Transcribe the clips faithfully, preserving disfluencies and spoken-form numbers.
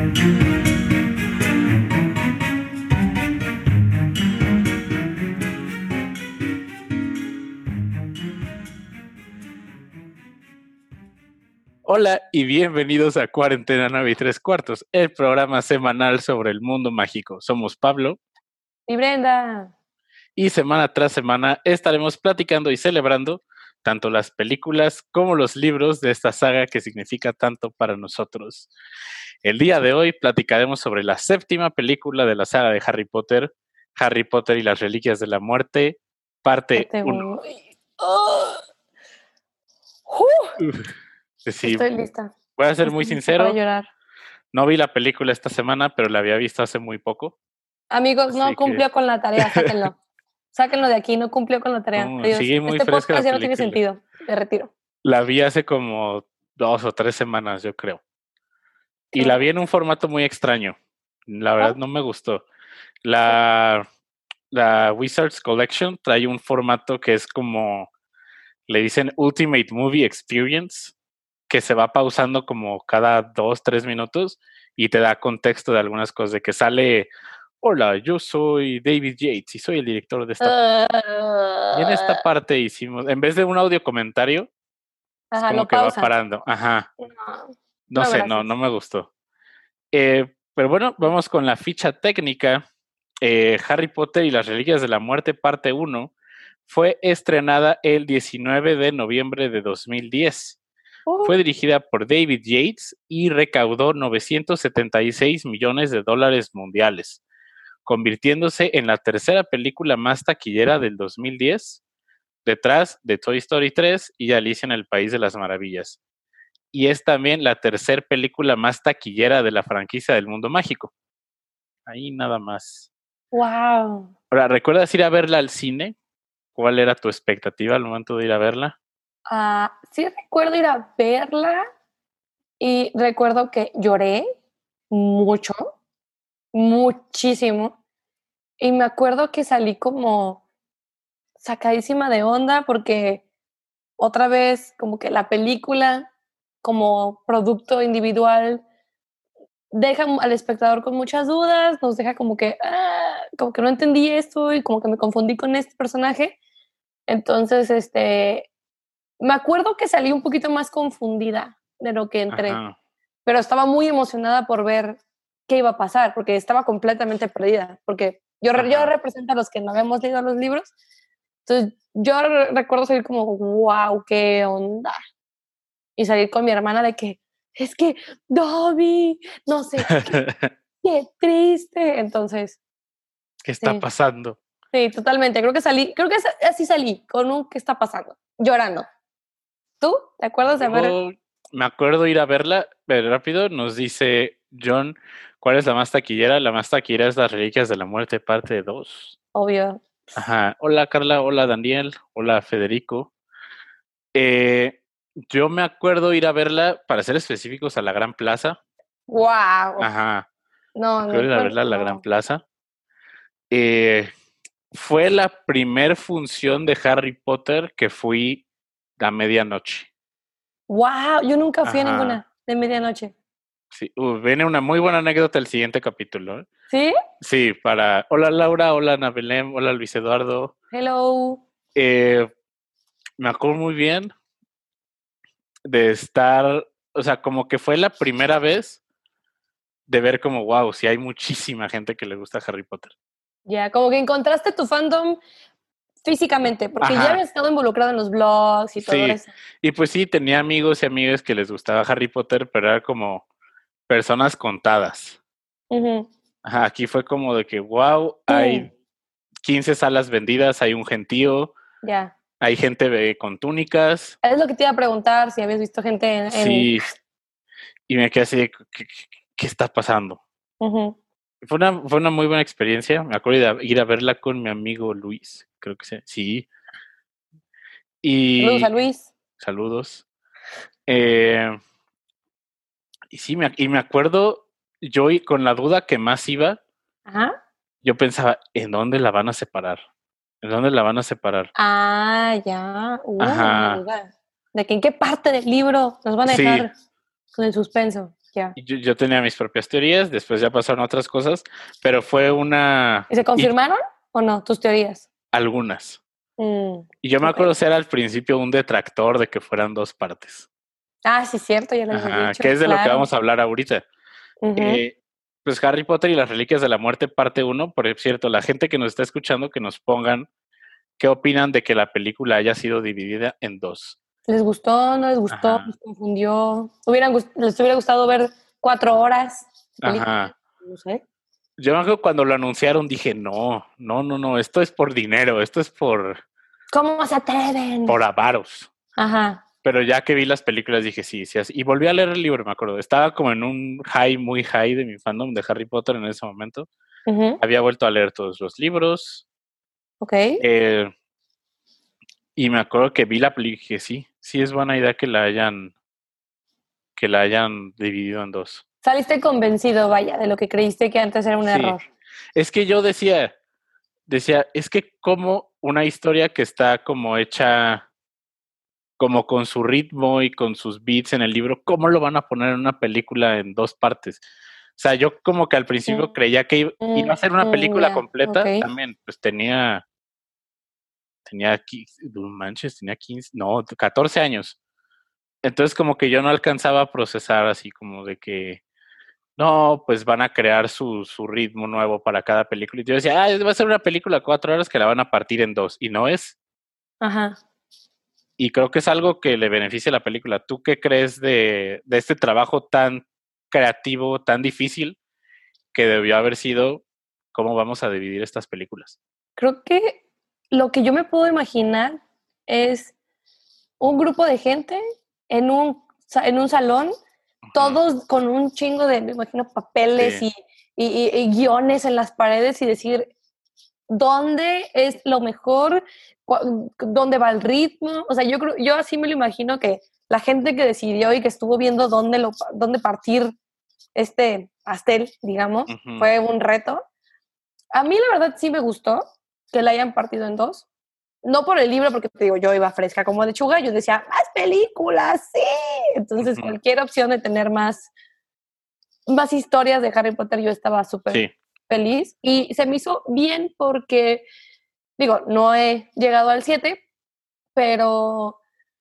Hola y bienvenidos a Cuarentena nueve y tres cuartos, el programa semanal sobre el mundo mágico. Somos Pablo y Brenda. Y semana tras semana estaremos platicando y celebrando tanto las películas como los libros de esta saga que significa tanto para nosotros. El día de hoy platicaremos sobre la séptima película de la saga de Harry Potter, Harry Potter y las Reliquias de la Muerte, parte uno. Oh. Uh. Sí, estoy lista. Voy a ser muy sincero. Para llorar. No vi la película esta semana, pero la había visto hace muy poco. Amigos, Así no cumplió que... con la tarea, sáquenlo. Sáquenlo de aquí, no cumplió con la tarea. No, Adiós. Sigue muy este fresca podcast la ya no tiene sentido. Me retiro. La vi hace como dos o tres semanas, yo creo. Y Qué la vi en un formato muy extraño. La verdad, ¿Oh? no me gustó. La, la Wizards Collection trae un formato que es como, le dicen Ultimate Movie Experience, que se va pausando como cada dos, tres minutos y te da contexto de algunas cosas, de que sale, hola, yo soy David Yates y soy el director de esta. Uh, y en esta parte hicimos, en vez de un audio comentario, ajá, es como lo que pausa. va parando. Ajá. No, no, no sé, gracias. no, no me gustó. Eh, pero bueno, vamos con la ficha técnica. Eh, Harry Potter y las Reliquias de la Muerte, parte uno, fue estrenada el diecinueve de noviembre de dos mil diez. Uh. Fue dirigida por David Yates y recaudó novecientos setenta y seis millones de dólares mundiales, convirtiéndose en la tercera película más taquillera del dos mil diez, detrás de Toy Story tres y Alicia en el País de las Maravillas. Y es también la tercera película más taquillera de la franquicia del mundo mágico. Ahí nada más. Wow. Ahora, ¿recuerdas ir a verla al cine? ¿Cuál era tu expectativa al momento de ir a verla? Uh, sí recuerdo ir a verla y recuerdo que lloré mucho, muchísimo. Y me acuerdo que salí como sacadísima de onda porque otra vez como que la película como producto individual deja al espectador con muchas dudas, nos deja como que, ah, como que no entendí esto y como que me confundí con este personaje. Entonces, este, me acuerdo que salí un poquito más confundida de lo que entré, Ajá. pero estaba muy emocionada por ver qué iba a pasar, porque estaba completamente perdida, porque yo, yo represento a los que no habíamos leído los libros, entonces yo re- recuerdo salir como, wow, qué onda, y salir con mi hermana de que, es que, Dobby, no sé, qué, qué triste, entonces. ¿Qué está sí. pasando? Sí, totalmente, creo que salí, creo que así salí, con un ¿qué está pasando? Llorando. ¿Tú? ¿Te acuerdas de haber...? Me acuerdo ir a verla, pero rápido nos dice John, ¿cuál es la más taquillera? La más taquillera es Las Reliquias de la Muerte, parte dos. Obvio. Ajá. Hola Carla, hola Daniel, hola Federico. Eh, yo me acuerdo ir a verla, para ser específicos, a la Gran Plaza. ¡Wow! Ajá. No, me ir a verla a la no. Gran Plaza. Eh, fue la primer función de Harry Potter que fui a medianoche. ¡Wow! Yo nunca fui Ajá. a ninguna de medianoche. Sí, uh, viene una muy buena anécdota el siguiente capítulo. ¿eh? ¿Sí? Sí, para... Hola Laura, hola Ana Belén, hola Luis Eduardo. Hello. Eh, me acuerdo muy bien de estar, o sea, como que fue la primera vez de ver como, wow, sí hay muchísima gente que le gusta Harry Potter. Ya, yeah, como que encontraste tu fandom físicamente, porque Ajá. ya habías estado involucrado en los blogs y sí. todo eso. Y pues sí, tenía amigos y amigas que les gustaba Harry Potter, pero era como personas contadas. Uh-huh. Ajá, aquí fue como de que, wow, hay quince salas vendidas, hay un gentío. Ya. Yeah. Hay gente con túnicas. Es lo que te iba a preguntar, si habías visto gente en... Sí, y me quedé así de, ¿qué, qué está pasando? Uh-huh. Fue, una, fue una muy buena experiencia. Me acuerdo de ir a verla con mi amigo Luis, creo que sí. sí. Y, saludos a Luis. Saludos. Eh, y sí, me, y me acuerdo, yo con la duda que más iba, Ajá. yo pensaba, ¿en dónde la van a separar? ¿En dónde la van a separar? Ah, ya. Uh, Ajá. De que en qué parte del libro nos van a dejar sí. con el suspenso. Ya. Y Yo, yo tenía mis propias teorías, después ya pasaron otras cosas, pero fue una... ¿Y se y confirmaron o no tus teorías? algunas. Mm, Y yo me ok. acuerdo ser al principio un detractor de que fueran dos partes. Ah, sí, cierto, ya lo habías Ajá, dicho, que es de lo que claro. vamos a hablar ahorita. Ujú. Eh, pues Harry Potter y las Reliquias de la Muerte, parte uno, por cierto, la gente que nos está escuchando, que nos pongan qué opinan de que la película haya sido dividida en dos. ¿Les gustó? ¿No les gustó? Ajá, ¿Les confundió? ¿Hubieran gust- ¿Les hubiera gustado ver cuatro horas de película? ajá. No sé. Yo me acuerdo cuando lo anunciaron dije, no, no, no, no, esto es por dinero, esto es por, ¿Cómo se atreven? por avaros. Ajá. Pero ya que vi las películas dije, sí, sí, así. Y volví a leer el libro, me acuerdo. Estaba como en un high, muy high de mi fandom de Harry Potter en ese momento. Ujú. Había vuelto a leer todos los libros. Ok. Eh, y me acuerdo que vi la película y dije, sí, sí es buena idea que la hayan, que la hayan dividido en dos. Saliste convencido, vaya, de lo que creíste que antes era un Sí. error. Es que yo decía, decía, es que como una historia que está como hecha como con su ritmo y con sus beats en el libro, ¿cómo lo van a poner en una película en dos partes? O sea, yo como que al principio creía que iba, iba a ser una Mm, película ya, ok. completa, también, pues tenía, tenía, quince, no manches, tenía quince, no, catorce años. Entonces como que yo no alcanzaba a procesar así como de que, no, pues van a crear su, su ritmo nuevo para cada película. Y yo decía, ah, va a ser una película de cuatro horas que la van a partir en dos, y no es. Ajá. Y creo que es algo que le beneficia a la película. ¿Tú qué crees de, de este trabajo tan creativo, tan difícil que debió haber sido cómo vamos a dividir estas películas? Creo que lo que yo me puedo imaginar es un grupo de gente en un, sa- en un salón, Ujú, todos con un chingo de, me imagino, papeles sí, y, y- y- y guiones en las paredes y decir dónde es lo mejor, Cu- dónde va el ritmo. O sea, yo creo, yo así me lo imagino que la gente que decidió y que estuvo viendo dónde, lo, dónde partir este pastel, digamos, ujú, fue un reto. A mí la verdad sí me gustó que la hayan partido en dos. No por el libro, porque te digo, yo iba fresca como lechuga, yo decía, más películas, sí. Entonces, ujú, cualquier opción de tener más, más historias de Harry Potter, yo estaba súper sí, feliz. Y se me hizo bien porque, digo, no he llegado al siete, pero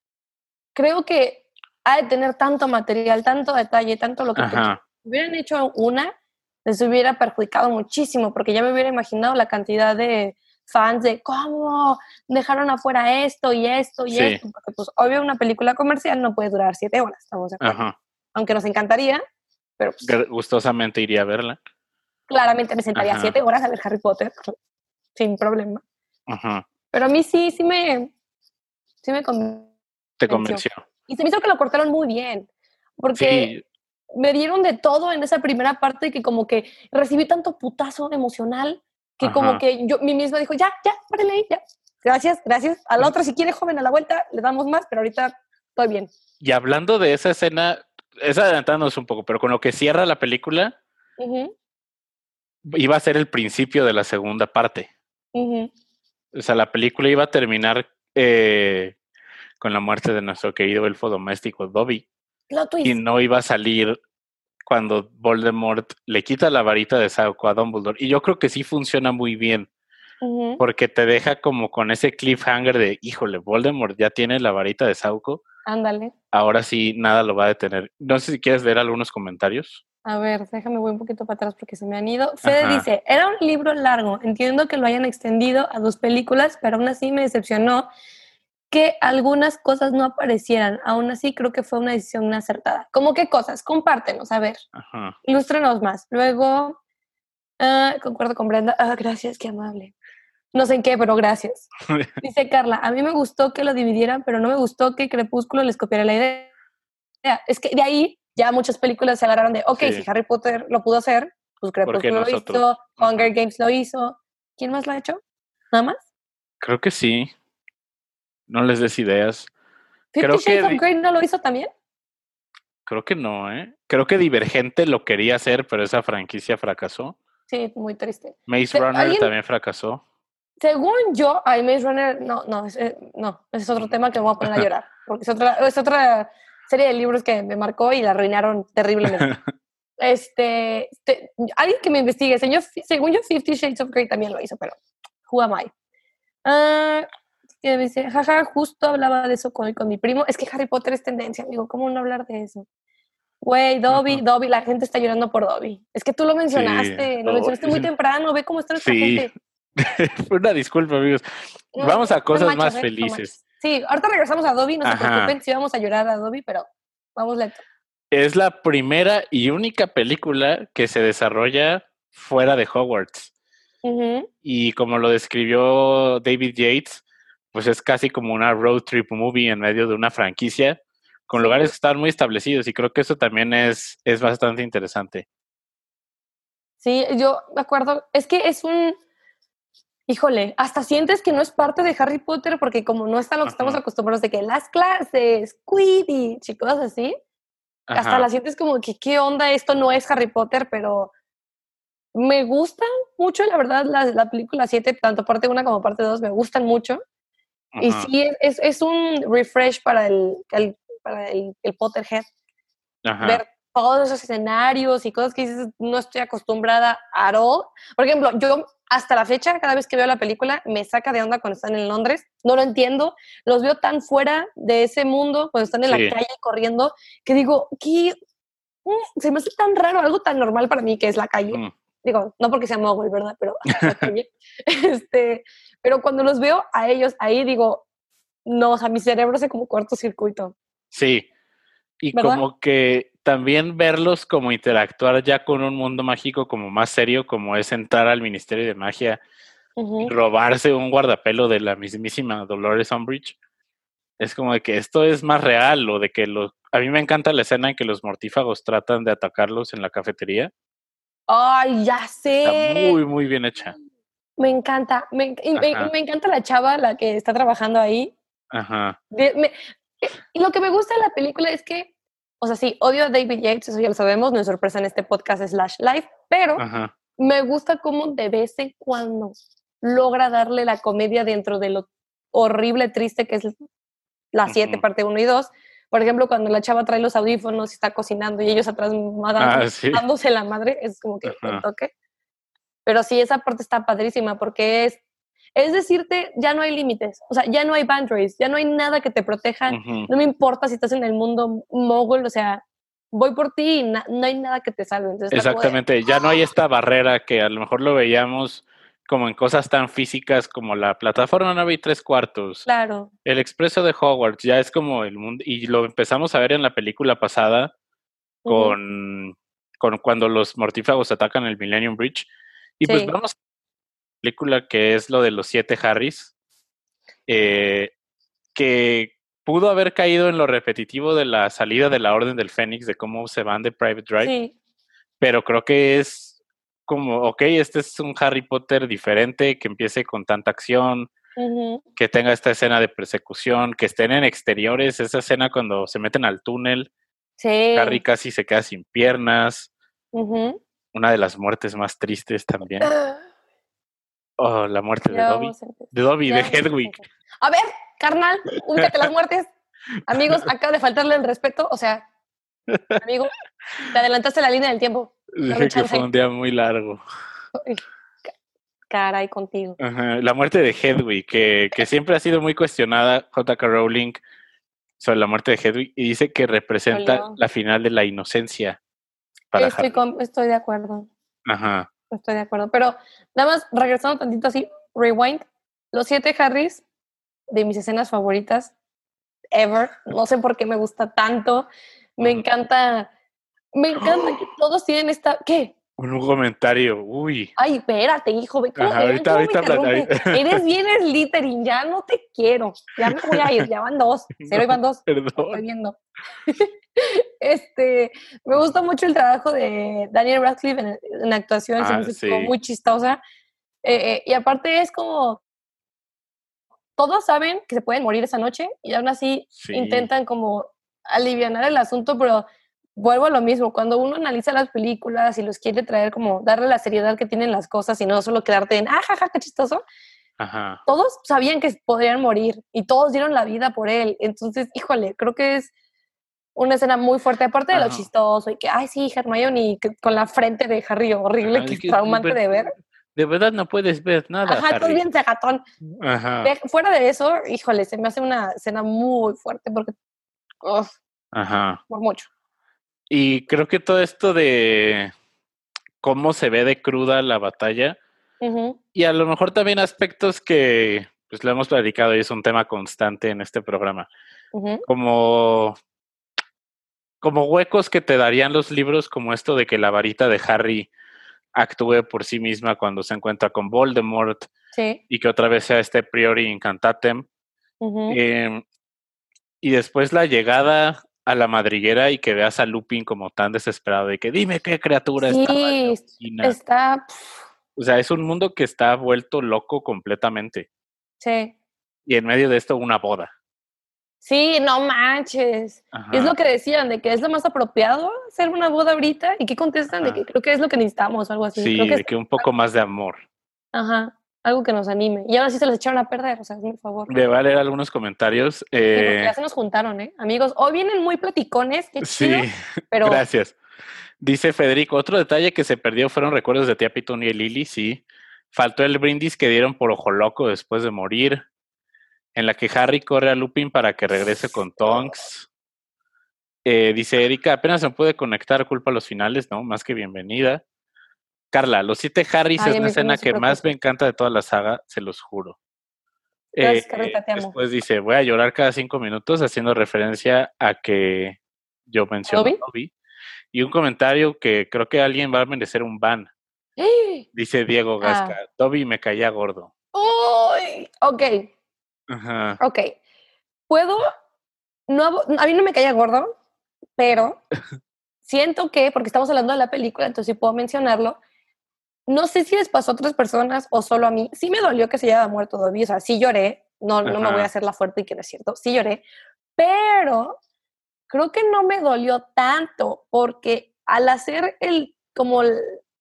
creo que ha de tener tanto material, tanto detalle, tanto lo que porque ajá, si hubieran hecho una, les hubiera perjudicado muchísimo, porque ya me hubiera imaginado la cantidad de fans de cómo dejaron afuera esto y esto y sí, esto, porque pues obvio una película comercial no puede durar siete horas, estamos de acuerdo. ajá. Aunque nos encantaría, pero pues Gra- Gustosamente iría a verla. claramente me sentaría siete Ajá, horas a ver Harry Potter sin problema. ajá. Pero a mí sí, sí me, sí me ¿Te convenció. convenció? Y se me hizo que lo cortaron muy bien, porque Sí, me dieron de todo en esa primera parte que como que recibí tanto putazo emocional que como ajá. que yo mi misma dijo, ya, ya, párale ahí, ya. Gracias, gracias. A la otra, si quiere joven a la vuelta, le damos más, pero ahorita estoy bien. Y hablando de esa escena, es adelantándonos un poco, pero con lo que cierra la película, Ujú, iba a ser el principio de la segunda parte. ujú. O sea, la película iba a terminar eh, con la muerte de nuestro querido elfo doméstico Dobby Plot y twist. no iba a salir cuando Voldemort le quita la varita de Sauco a Dumbledore. Y yo creo que sí funciona muy bien Ujú, porque te deja como con ese cliffhanger de, híjole, Voldemort ya tiene la varita de Sauco, ándale. ahora sí nada lo va a detener. No sé si quieres leer algunos comentarios. A ver, déjame voy un poquito para atrás porque se me han ido. Fede Ajá, dice, era un libro largo, entiendo que lo hayan extendido a dos películas, pero aún así me decepcionó que algunas cosas no aparecieran. Aún así creo que fue una decisión acertada. ¿Cómo qué cosas? Compártenos, a ver, ajá. ilústrenos más. Luego, ah, concuerdo con Brenda. Ah, gracias, qué amable. No sé en qué, pero gracias. Dice Carla, a mí me gustó que lo dividieran, pero no me gustó que Crepúsculo les copiara la idea. Es que de ahí ya muchas películas se agarraron de, ok, si Sí, Harry Potter lo pudo hacer, pues porque Crepúsculo lo hizo, nosotros. Hunger Ajá. Games lo hizo. ¿Quién más lo ha hecho? ¿Nada más? Creo que sí, no les des ideas. ¿Fifty Creo Shades que of di- Grey no lo hizo también? creo que no, ¿eh? Creo que Divergente lo quería hacer, pero esa franquicia fracasó. Sí, muy triste. Maze Se- Runner ¿Alguien también fracasó. Según yo, ay, Maze Runner, no, no, es, eh, no, ese es otro tema que me voy a poner a llorar, porque es otra, es otra, serie de libros que me marcó y la arruinaron terriblemente. este, este, alguien que me investigue, señor, según yo, Fifty Shades of Grey también lo hizo, pero who am I? Ah, que me dice, jaja, justo hablaba de eso con, con mi primo. Es que Harry Potter es tendencia, amigo, ¿cómo no hablar de eso? Güey, Dobby, Ajá. Dobby, la gente está llorando por Dobby. Es que tú lo Sí, mencionaste, lo oh, mencionaste muy temprano, ve cómo está nuestra sí. gente. Una disculpa, amigos. No, Vamos a no cosas manches, más ¿eh? No felices. manches. Sí, ahorita regresamos a Dobby, no se Ajá. preocupen, sí vamos a llorar a Dobby, pero vamos lento. Es la primera y única película que se desarrolla fuera de Hogwarts. Uh-huh. Y como lo describió David Yates, pues es casi como una road trip movie en medio de una franquicia, con Sí. lugares que están muy establecidos, y creo que eso también es, es bastante interesante. Sí, yo me acuerdo, es que es un, híjole, hasta sientes que no es parte de Harry Potter porque como no está lo que Ajá. estamos acostumbrados de que las clases, Quidditch y cosas así, hasta la Ajá. sientes como que qué onda, esto no es Harry Potter, pero me gusta mucho, la verdad, la, la película siete, tanto parte uno como parte dos, me gustan mucho. Y Ajá. sí, es, es, es un refresh para el, el, para el, el Potterhead. Ajá. Ver todos esos escenarios y cosas que dices, no estoy acostumbrada a all. Por ejemplo, yo hasta la fecha, cada vez que veo la película, me saca de onda cuando están en Londres. No lo entiendo. Los veo tan fuera de ese mundo, cuando están en Sí. la calle corriendo, que digo, ¿qué? Mm, se me hace tan raro, algo tan normal para mí que es la calle. Ujú. Digo, no porque sea mogul, ¿verdad? Pero la calle. este, pero cuando los veo a ellos ahí, digo, no, o sea, mi cerebro hace como cortocircuito. Sí, y ¿Verdad? como que también verlos como interactuar ya con un mundo mágico como más serio, como es entrar al Ministerio de Magia y Uh-huh. robarse un guardapelo de la mismísima Dolores Umbridge. Es como de que esto es más real, o de que los... A mí me encanta la escena en que los mortífagos tratan de atacarlos en la cafetería. Ay, ya Está sé. muy, muy bien hecha. Me encanta. Me, y me, y Ajá, me encanta la chava, la que está trabajando ahí. ajá, De- me- eh, y lo que me gusta de la película es que, o sea, sí, odio a David Yates, eso ya lo sabemos, no es sorpresa en este podcast slash live, pero ajá. me gusta cómo de vez en cuando logra darle la comedia dentro de lo horrible, triste que es la siete, Ujú. parte uno y dos. Por ejemplo, cuando la chava trae los audífonos y está cocinando y ellos atrás Ah, sí. dándose la madre, es como que un Ajá. toque. Pero sí, esa parte está padrísima porque es, es decirte, ya no hay límites, o sea, ya no hay boundaries, ya no hay nada que te proteja, Ujú. no me importa si estás en el mundo mogul, o sea, voy por ti y na- no hay nada que te salve. Entonces está como de, Exactamente, ya no hay esta barrera que a lo mejor lo veíamos como en cosas tan físicas como la plataforma nueve y tres cuartos, claro. el expreso de Hogwarts, ya es como el mundo, y lo empezamos a ver en la película pasada Uh-huh. con, con cuando los mortífagos atacan el Millennium Bridge. Y pues Sí, vamos a la película que es lo de los siete Harrys, eh, que pudo haber caído en lo repetitivo de la salida de la Orden del Fénix, de cómo se van de Private Drive, sí. pero creo que es como, ok, este es un Harry Potter diferente, que empiece con tanta acción, Uh-huh. que tenga esta escena de persecución, que estén en exteriores, esa escena cuando se meten al túnel, Harry Sí. casi se queda sin piernas, Uh-huh. una de las muertes más tristes también. Oh, la muerte de Ya Dobby. vamos a empezar. De Dobby, de Ya vamos a Hedwig. empezar. A ver, carnal, ubícate las muertes. Amigos, acaba de faltarle el respeto. O sea, amigo, te adelantaste la línea del tiempo. Dame Dije que fue un chance. día muy largo. Uy, ca- caray, contigo. Ajá, la muerte de Hedwig, que, que siempre ha sido muy cuestionada, J K. Rowling, sobre la muerte de Hedwig, y dice que representa Dolió. la final de la inocencia para Estoy, Harry. con, estoy de acuerdo. Ajá. Estoy de acuerdo. Pero nada más, regresando tantito así, rewind. Los siete Harrys, de mis escenas favoritas ever. No sé por qué me gusta tanto. Me Ujú. encanta. Me encanta que todos tienen esta. ¿Qué? Un comentario, uy. Ay, espérate, hijo, ve cómo, Ajá, ve ahorita, cómo me ahorita, plat- interrumpe. ahorita- Eres bien Slytherin, ya no te quiero. Ya me voy a ir, ya van dos. Cero No, y van dos. Lo estoy perdón. viendo. este, me gusta mucho el trabajo de Daniel Radcliffe en, en actuación, se me Ah, hace como sí, muy chistosa. Eh, eh, y aparte es como, todos saben que se pueden morir esa noche y aún así sí. intentan como alivianar el asunto, pero vuelvo a lo mismo, cuando uno analiza las películas y los quiere traer como darle la seriedad que tienen las cosas y no solo quedarte en, ah, jaja, qué chistoso, Ajá. todos sabían que podrían morir y todos dieron la vida por él. Entonces, híjole, creo que es una escena muy fuerte, aparte de lo Ajá. chistoso y que, ay, sí, Hermione que- con la frente de Harry horrible, Ajá, que de es que de traumante ver de ver. de verdad no puedes ver nada, Ajá, estás Harry. bien cegatón. Ajá, Ve- Fuera de eso, híjole, se me hace una escena muy fuerte porque, uf, ajá. por mucho. Y creo que todo esto de cómo se ve de cruda la batalla, Ujú, y a lo mejor también aspectos que, pues, lo hemos platicado y es un tema constante en este programa, ujú. como como huecos que te darían los libros, como esto de que la varita de Harry actúe por sí misma cuando se encuentra con Voldemort Sí. y que otra vez sea este Priori Incantatem. Ujú. Em, y después la llegada a la madriguera y que veas a Lupin como tan desesperado de que dime qué criatura estaba en la Sí, oficina. está, pf, O sea, es un mundo que está vuelto loco completamente. sí. Y en medio de esto una boda. Sí, no manches. Y es lo Ajá, que decían, de que es lo más apropiado hacer una boda ahorita. ¿Y qué contestan? De que ajá. creo que es lo que necesitamos o algo así. Creo Sí, que es, de que un poco más de amor. ajá, algo que nos anime. Y ahora sí se los echaron a perder, o sea, hazme el favor. Le voy a leer algunos comentarios. Sí, porque Eh, ya se nos juntaron, ¿eh? Amigos, hoy vienen muy platicones, qué chido, sí, pero gracias. Dice Federico, otro detalle que se perdió fueron recuerdos de tía Piton y Lily, sí. Faltó el brindis que dieron por Ojo Loco después de morir, en la que Harry corre a Lupin para que regrese con Tonks. Eh, dice Erika, apenas me pude conectar, culpa a los finales, ¿no? Más que bienvenida. Carla, los siete Harrys ay, es a la mí sí me escena que súper más me costó. encanta de toda la saga, se los juro. Gracias, Eh, Carlita, te amo. después dice, voy a llorar cada cinco minutos haciendo referencia a que yo menciono a ¿Dobby? Dobby. Y un comentario que creo que alguien va a merecer un ban. Dice Diego Gasca, Ah, Dobby me caía gordo. uy, ok, Ajá, ok. Puedo, no, a mí no me caía gordo, pero siento que, porque estamos hablando de la película, entonces sí puedo mencionarlo. No sé si les pasó a otras personas o solo a mí. Sí me dolió que se haya muerto Dobby, o sea, sí lloré. No, no me voy a ajá, hacer la fuerte y que no es cierto. Sí lloré, pero creo que no me dolió tanto porque al hacer el, como el,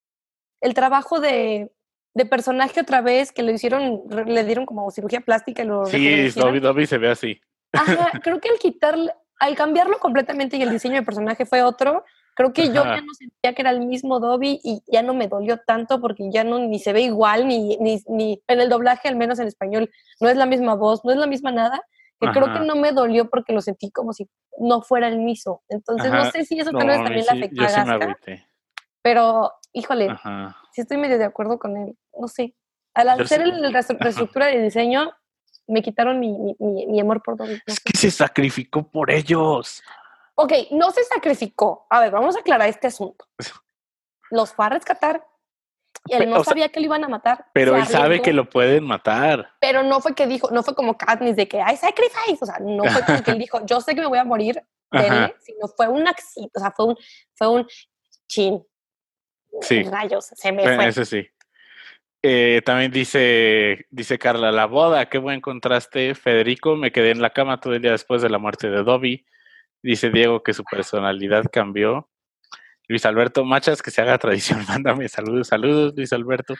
el trabajo de, de personaje otra vez, que lo hicieron, le dieron como cirugía plástica y lo sí, rejuvenecieron. Dobby, Dobby se ve así. Ajá, creo que al quitarle, al cambiarlo completamente y el diseño de personaje fue otro, creo que yo ya Ajá, no sentía que era el mismo Dobby y ya no me dolió tanto porque ya no ni se ve igual, ni, ni, ni en el doblaje, al menos en español, no es la misma voz, no es la misma nada, que creo que ajá, no me dolió porque lo sentí como si no fuera el mismo. Entonces, no ajá. sé si eso tal No, vez a mí también le sí, afectó yo a sí me Gasca, agüité. pero híjole, Ajá. sí estoy medio de acuerdo con él, no sé. Al Yo sí, hacer el, el ajá. reestructura de diseño, me quitaron mi, mi, mi, mi amor por Dobby, no Es sé. que se sacrificó por ellos. Ok, no se sacrificó. A ver, vamos a aclarar este asunto. Los fue a rescatar y él Pe- no o sea, sabía que lo iban a matar. Se pero él sabe que arriesgó, lo pueden matar. pero no fue que dijo, no fue como Katniss de que hay sacrifice. O sea, no fue como que él dijo, yo sé que me voy a morir, Ajá, denle, sino fue un accidente. O sea, fue un, fue un chin, sí, rayos, se me eh, fue. eso sí. Eh, también dice, dice Carla, la boda, qué buen contraste. Federico, me quedé en la cama todo el día después de la muerte de Dobby. Dice Diego que su personalidad cambió. Luis Alberto Machas, que se haga tradición, mándame saludos, saludos, Luis Alberto.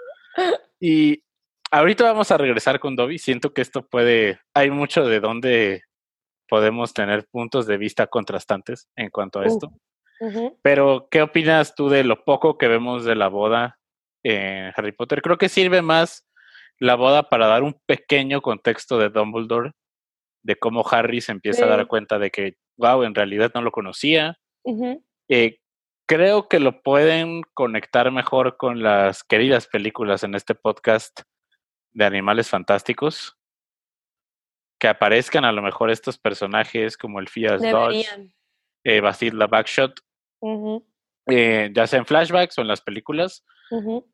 Y ahorita vamos a regresar con Dobby. Siento que esto puede, hay mucho de donde podemos tener puntos de vista contrastantes en cuanto a Uh, esto. uh-huh. Pero, ¿qué opinas tú de lo poco que vemos de la boda en Harry Potter? Creo que sirve más la boda para dar un pequeño contexto de Dumbledore, de cómo Harry se empieza a dar Sí. cuenta de que, wow, en realidad no lo conocía. Uh-huh. Eh, creo que lo pueden conectar mejor con las queridas películas en este podcast de Animales Fantásticos, que aparezcan a lo mejor estos personajes como el Phileas Dodge, Deberían. eh, Basil the Bagshot, Uh-huh. eh, ya sea en flashbacks o en las películas. Uh-huh.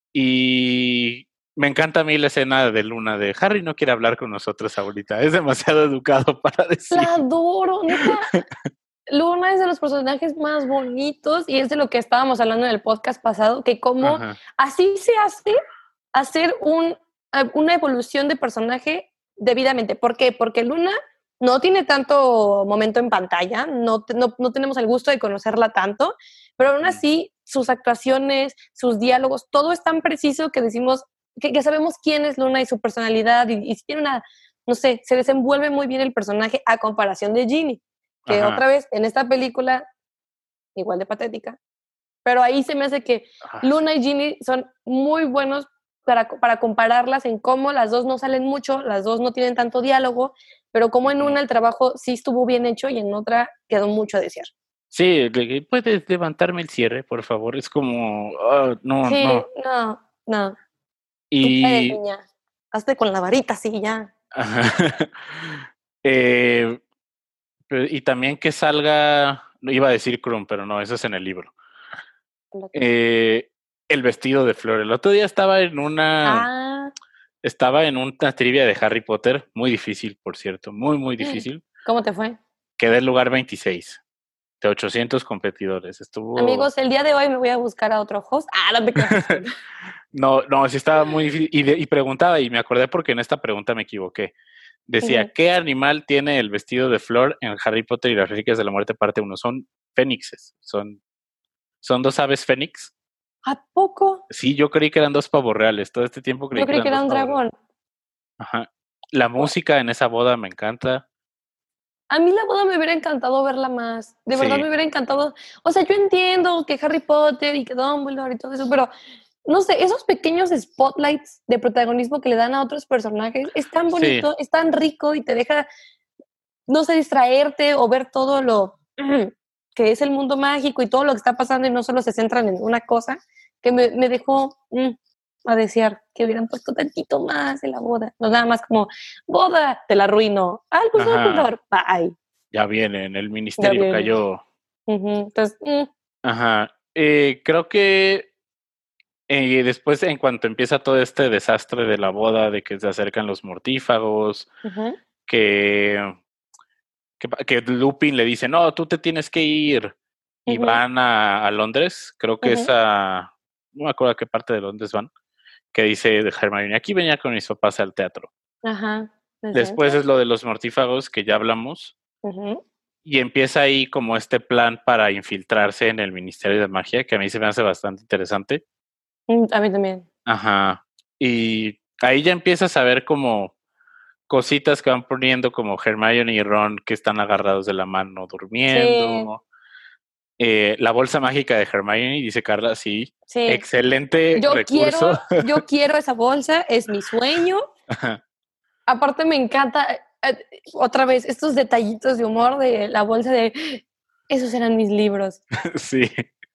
Y me encanta a mí la escena de Luna de Harry no quiere hablar con nosotros ahorita, es demasiado educado para decir. La adoro, neta. Luna es de los personajes más bonitos y es de lo que estábamos hablando en el podcast pasado, que como Ajá. así se hace hacer un, una evolución de personaje debidamente. ¿Por qué? Porque Luna no tiene tanto momento en pantalla, no, no, no tenemos el gusto de conocerla tanto, pero aún así sus actuaciones, sus diálogos, todo es tan preciso que decimos que, que sabemos quién es Luna y su personalidad y, y tiene una, no sé, se desenvuelve muy bien el personaje a comparación de Ginny. que Ajá. otra vez en esta película, igual de patética, pero ahí se me hace que Ah, Luna y Ginny son muy buenos para, para compararlas en cómo las dos no salen mucho, las dos no tienen tanto diálogo, pero como en ujú. una el trabajo sí estuvo bien hecho y en otra quedó mucho a desear. Sí, de que, ¿puedes levantarme el cierre, por favor? Es como, ah, no, Sí, no. no, no, tú puedes, Y, niña, hazte con la varita, sí, ya. ajá. Eh, pero- y también que salga, no iba a decir Krum, pero no, eso es en el libro. Lo que- Eh, el vestido de Flor. El otro día estaba en una, Ah, estaba en una trivia de Harry Potter, muy difícil, por cierto, muy, muy difícil. ¿cómo te fue? Quedé en lugar veintiséis de ochocientos competidores. Estuvo. Amigos, el día de hoy me voy a buscar a otro host. Ah, no te creas. No, no, sí estaba muy difícil. Y, de- y preguntaba, y me acordé porque en esta pregunta me equivoqué. Decía, Ujú. ¿qué animal tiene el vestido de Flor en Harry Potter y las Reliquias de la Muerte parte uno? Son fénixes, son, son dos aves fénix. ¿A poco? Sí, yo creí que eran dos pavos reales. Todo este tiempo creí Yo que creí eran que era dos un pavos reales. dragón. Ajá. La Guau. música en esa boda me encanta. A mí la boda me hubiera encantado verla más. De verdad Sí, me hubiera encantado. O sea, yo entiendo que Harry Potter y que Dumbledore y todo eso, pero no sé, esos pequeños spotlights de protagonismo que le dan a otros personajes es tan sí, bonito, es tan rico y te deja, no sé, distraerte o ver todo lo que es el mundo mágico y todo lo que está pasando y no solo se centran en una cosa, que me, me dejó mm, a desear que hubieran puesto tantito más en la boda. No nada más como, boda, te la arruino. Albus ajá. Dumbledore, bye. Ya viene, en el Ya ministerio viene. cayó. Ujú, entonces, mm, Ajá. Eh, creo que eh, después, en cuanto empieza todo este desastre de la boda, de que se acercan los mortífagos, ujú, que, que, pa- que Lupin le dice, no, tú te tienes que ir. Y ujú, van a, a Londres, creo que es ujú, a, no me acuerdo a qué parte de Londres van, que dice de Hermione, aquí venía con mis papás al teatro. ajá, ¿el Después centro? es lo de los mortífagos, que ya hablamos, Ujú, y empieza ahí como este plan para infiltrarse en el Ministerio de Magia, que a mí se me hace bastante interesante. mm, a mí también. Ajá. Y ahí ya empiezas a ver como cositas que van poniendo como Hermione y Ron que están agarrados de la mano Sí, durmiendo. Eh, la bolsa mágica de Hermione, dice Carla, sí. sí. Excelente Yo quiero, recurso. yo quiero esa bolsa, es mi sueño. Ajá, Aparte me encanta, eh, otra vez, estos detallitos de humor de la bolsa de, esos eran mis libros. sí.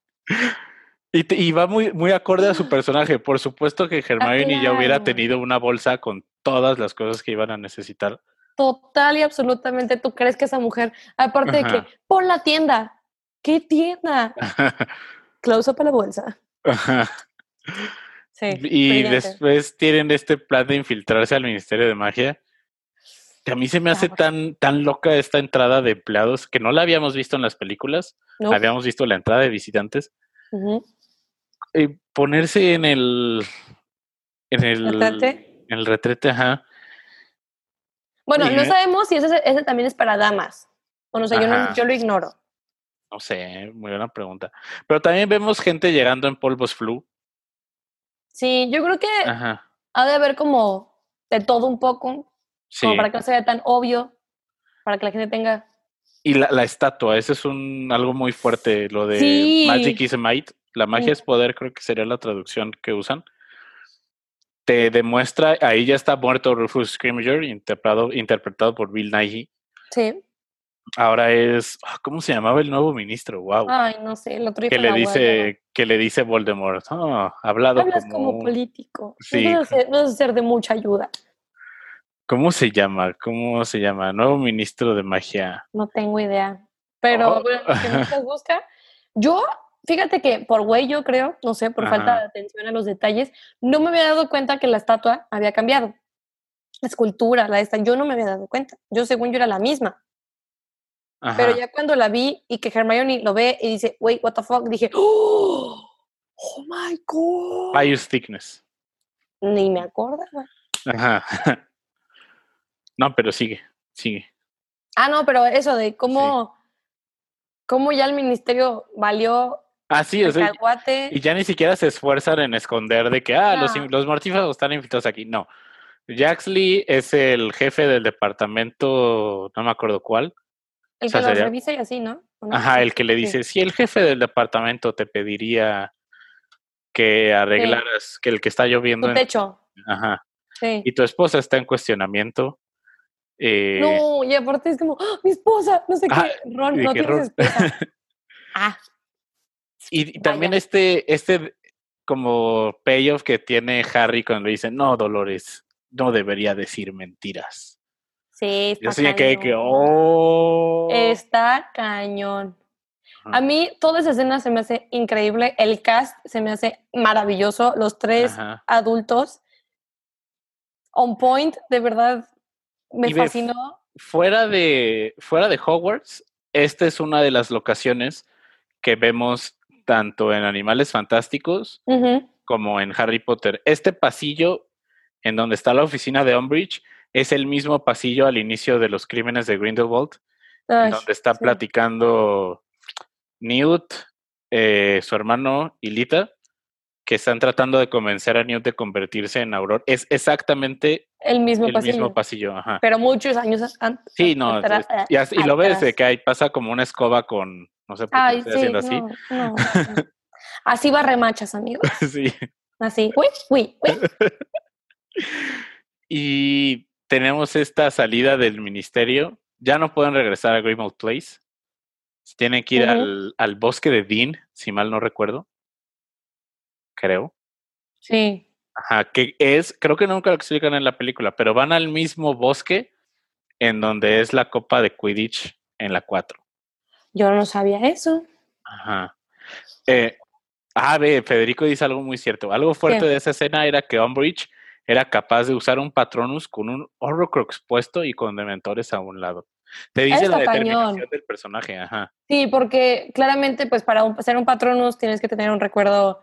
Y, te- y va muy, muy acorde a su personaje. Por supuesto que Ah, Hermione ya hubiera claro. tenido una bolsa con todas las cosas que iban a necesitar. Total y absolutamente tú crees que esa mujer, aparte de que, Ajá. pon la tienda. ¿Qué tienda? Close up a la bolsa. Ajá. Sí, Y brillante. después tienen este plan de infiltrarse al Ministerio de Magia. Que a mí se me hace Cabra. tan, tan loca esta entrada de empleados que no la habíamos visto en las películas. Nope. Habíamos visto la entrada de visitantes. Ujú. Eh, ponerse en el, en Retrate. el, en el retrete, ajá. Bueno, Y no me- sabemos si ese, ese también es para damas. Bueno, o sea, yo, no, ajá. yo lo ignoro. No sé, muy buena pregunta. Pero también vemos gente llegando en polvos flu. Sí, yo creo que Ajá. ha de haber como de todo un poco, como Sí. para que no sea tan obvio, para que la gente tenga. Y la, la estatua, ese es un algo muy fuerte, lo de Magic Sí. is Might. La magia es Ujú. poder, creo que sería la traducción que usan. Te demuestra, ahí ya está muerto Rufus Scrimgeour, interpretado, interpretado por Bill Nighy. Sí. Ahora es, ah, ¿cómo se llamaba el nuevo ministro? Wow. Ay, no sé, el otro día Que con le la guayaba. dice, que le dice Voldemort, ah, hablado Hablas como como un, político. Nos vas sí, a ser, nos vas a ser de mucha ayuda. ¿cómo se llama? ¿Cómo se llama? Nuevo ministro de magia. No tengo idea. Pero Oh, bueno, lo que mientras busca, yo, fíjate que por güey, yo creo, no sé, por falta de ajá, atención a los detalles, no me había dado cuenta que la estatua había cambiado. La escultura, la esta, yo no me había dado cuenta. Yo, según yo, era la misma. Pero ajá. ya cuando la vi y que Hermione lo ve y dice, wait, what the fuck, dije, oh, oh my God. Pious thickness. Ni me acordaba. Ajá. No, pero sigue, sigue. Ah, no, pero eso de Sí. cómo, cómo ya el ministerio valió Ah, sí, o sea, y cacahuate. y ya ni siquiera se esfuerzan en esconder de que, ah, los, No, in- los mortífagos están infiltrados aquí. No. Jaxley es el jefe del departamento, no me acuerdo cuál, El sea, que los sería, revisa y así, ¿no? ¿O no? ajá, el que le Sí. dice, si el jefe del departamento te pediría que Sí. arreglaras, que el que está lloviendo Tu en... techo. Ajá, Sí. y tu esposa está en cuestionamiento. Eh, No, y aparte es como, ¡ah, mi esposa! No sé ah, qué. Ron, y de no que tienes Ron... esposa. Ah, y, y también vaya. este, este como payoff que tiene Harry cuando le dice, no, Dolores, no debería decir mentiras. Sí, Yo está sí me quedé que, cañón. oh. Está cañón. A Ajá, mí toda esa escena se me hace increíble. El cast se me hace maravilloso. Los tres ajá. adultos on point, de verdad, me Y ve, f- fascinó. fuera de, fuera de Hogwarts, esta es una de las locaciones que vemos tanto en Animales Fantásticos Ujú. como en Harry Potter. Este pasillo en donde está la oficina de Umbridge es el mismo pasillo al inicio de los crímenes de Grindelwald, en Ay, donde está sí. platicando Newt, eh, su hermano y Lita, que están tratando de convencer a Newt de convertirse en Auror. Es exactamente El mismo el mismo pasillo, pasillo, ajá. pero muchos años an- Sí, no, atra- es- eh, y, as- y lo ves de atrás. que ahí pasa como una escoba con, no sé por qué lo Ay, estoy sí, haciendo así. no, no, no. Así va remachas, amigos. Sí. Así, uy, uy, uy. Y tenemos esta salida del ministerio. Ya no pueden regresar a Grimmauld Place. Tienen que ir Ujú. al, al bosque de Dean, si mal no recuerdo, creo. Sí, Ajá, que es, creo que nunca lo explican en la película, pero van al mismo bosque en donde es la copa de Quidditch en la cuatro. yo no sabía eso. Ajá. Eh, ah, ve, Federico dice algo muy cierto. Algo fuerte ¿Qué? de esa escena era que Umbridge era capaz de usar un Patronus con un Horrocrux puesto y con Dementores a un lado. Te Eso dice la está cañón. determinación del personaje, ajá. Sí, porque claramente, pues para un- ser un Patronus tienes que tener un recuerdo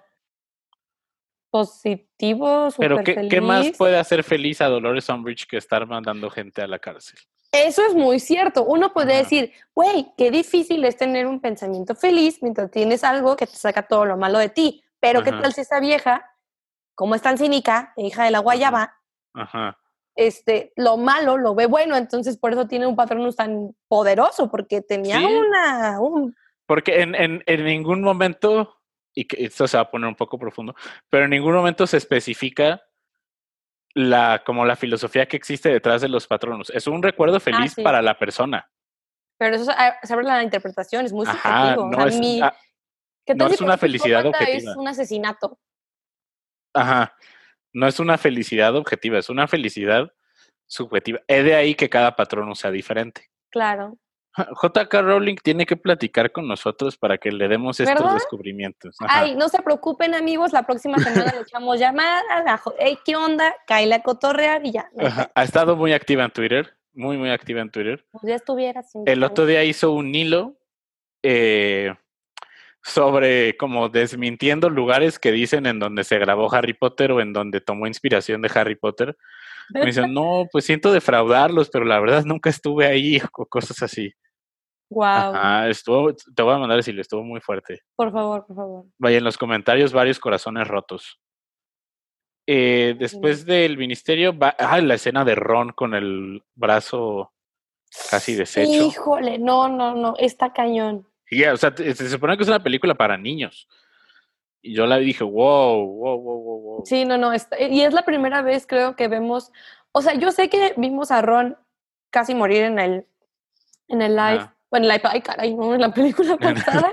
positivo, Pero súper ¿qué, qué más feliz. puede hacer feliz a Dolores Umbridge que estar mandando gente a la cárcel? Eso es muy cierto. Uno podría Ajá, decir, güey, qué difícil es tener un pensamiento feliz mientras tienes algo que te saca todo lo malo de ti. Pero qué ajá, tal si esta vieja, como es tan cínica, hija de la ajá, guayaba, ajá. este, lo malo lo ve bueno, entonces por eso tiene un Patronus tan poderoso, porque tenía Sí, una, un, porque en, en, en ningún momento, y que esto se va a poner un poco profundo, pero en ningún momento se especifica la, como la filosofía que existe detrás de los patronos. Es un recuerdo ah, feliz sí, para la persona. pero eso se abre la interpretación, es muy Ajá, subjetivo. O no sea, es, mi, ah, ¿qué no tal si es para una un felicidad psicópata es objetiva. un asesinato? Ajá, no es una felicidad objetiva, es una felicidad subjetiva. Es de ahí que cada patrono sea diferente. Claro, J K. Rowling tiene que platicar con nosotros para que le demos estos ¿verdad? descubrimientos. Ajá. Ay, no se preocupen, amigos, la próxima semana le echamos llamada, ajo, hey, ¿qué onda? Cáele a cotorrear y ya, no hay Ajá. pedo. Ha estado muy activa en Twitter, muy, muy activa en Twitter. Pues ya estuvieras El otro invitando. día hizo un hilo eh, sobre como desmintiendo lugares que dicen en donde se grabó Harry Potter o en donde tomó inspiración de Harry Potter. Me dicen, no, pues siento defraudarlos, pero la verdad nunca estuve ahí o cosas así. Wow, Ajá, estuvo, te voy a mandar decirle, estuvo muy fuerte. por favor, por favor. Vaya, en los comentarios varios corazones rotos. Eh, Imagino. después del ministerio, va, ah, la escena de Ron con el brazo casi deshecho. Híjole, no, no, no, está cañón. Y ya, o sea, te- se supone que es una película para niños. Y yo la dije, wow, wow, wow, wow, wow. Sí, no, no, está- y es la primera vez creo que vemos, o sea, yo sé que vimos a Ron casi morir en el, en el live, Ajá. bueno, en el live, ay, caray, no, en la película pasada,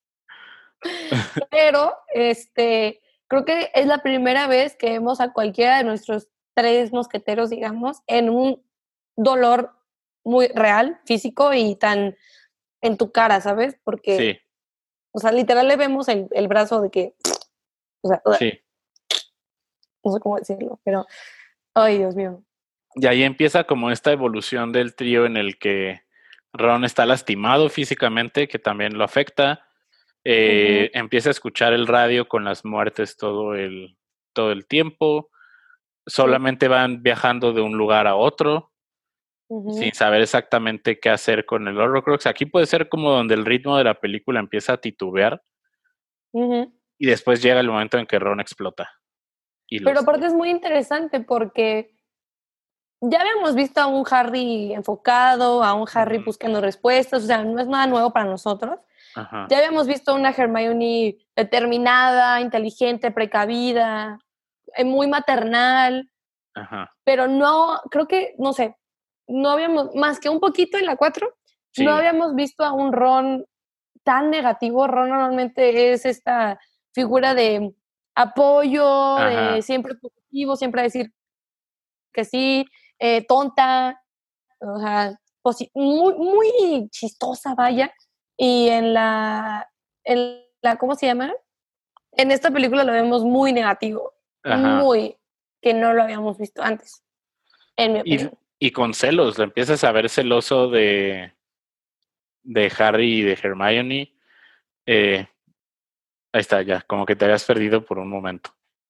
pero este, creo que es la primera vez que vemos a cualquiera de nuestros tres mosqueteros, digamos, en un dolor muy real, físico y tan en tu cara, ¿sabes? Porque, Sí, o sea, literal le vemos el, el brazo de que, o sea, sí. no sé cómo decirlo, pero, ay, Dios mío. Y ahí empieza como esta evolución del trío en el que Ron está lastimado físicamente, que también lo afecta. Eh, Ujú, empieza a escuchar el radio con las muertes todo el, todo el tiempo. sí, Solamente van viajando de un lugar a otro sin ujú, saber exactamente qué hacer con el Horrocrux. Aquí puede ser como donde el ritmo de la película empieza a titubear ujú. y después llega el momento en que Ron explota y Pero los aparte deja. es muy interesante porque ya habíamos visto a un Harry enfocado, a un Harry Ujú. buscando respuestas, o sea, no es nada nuevo para nosotros. Ajá, Ya habíamos visto a una Hermione determinada, inteligente, precavida, eh, muy maternal, ajá. pero no, creo que, no sé, no habíamos, más que un poquito en la cuatro, no Sí. habíamos visto a un Ron tan negativo. Ron normalmente es esta figura de apoyo, de Ajá. siempre positivo, siempre decir que sí, eh, tonta, o sea, posi- muy, muy chistosa, vaya. Y en la, en la, ¿cómo se llama? En esta película lo vemos muy negativo, Ajá. muy, que no lo habíamos visto antes, en mi Y, opinión. y con celos, lo empiezas a ver celoso de, de Harry y de Hermione. Eh, ahí está, ya, como que te habías perdido por un momento.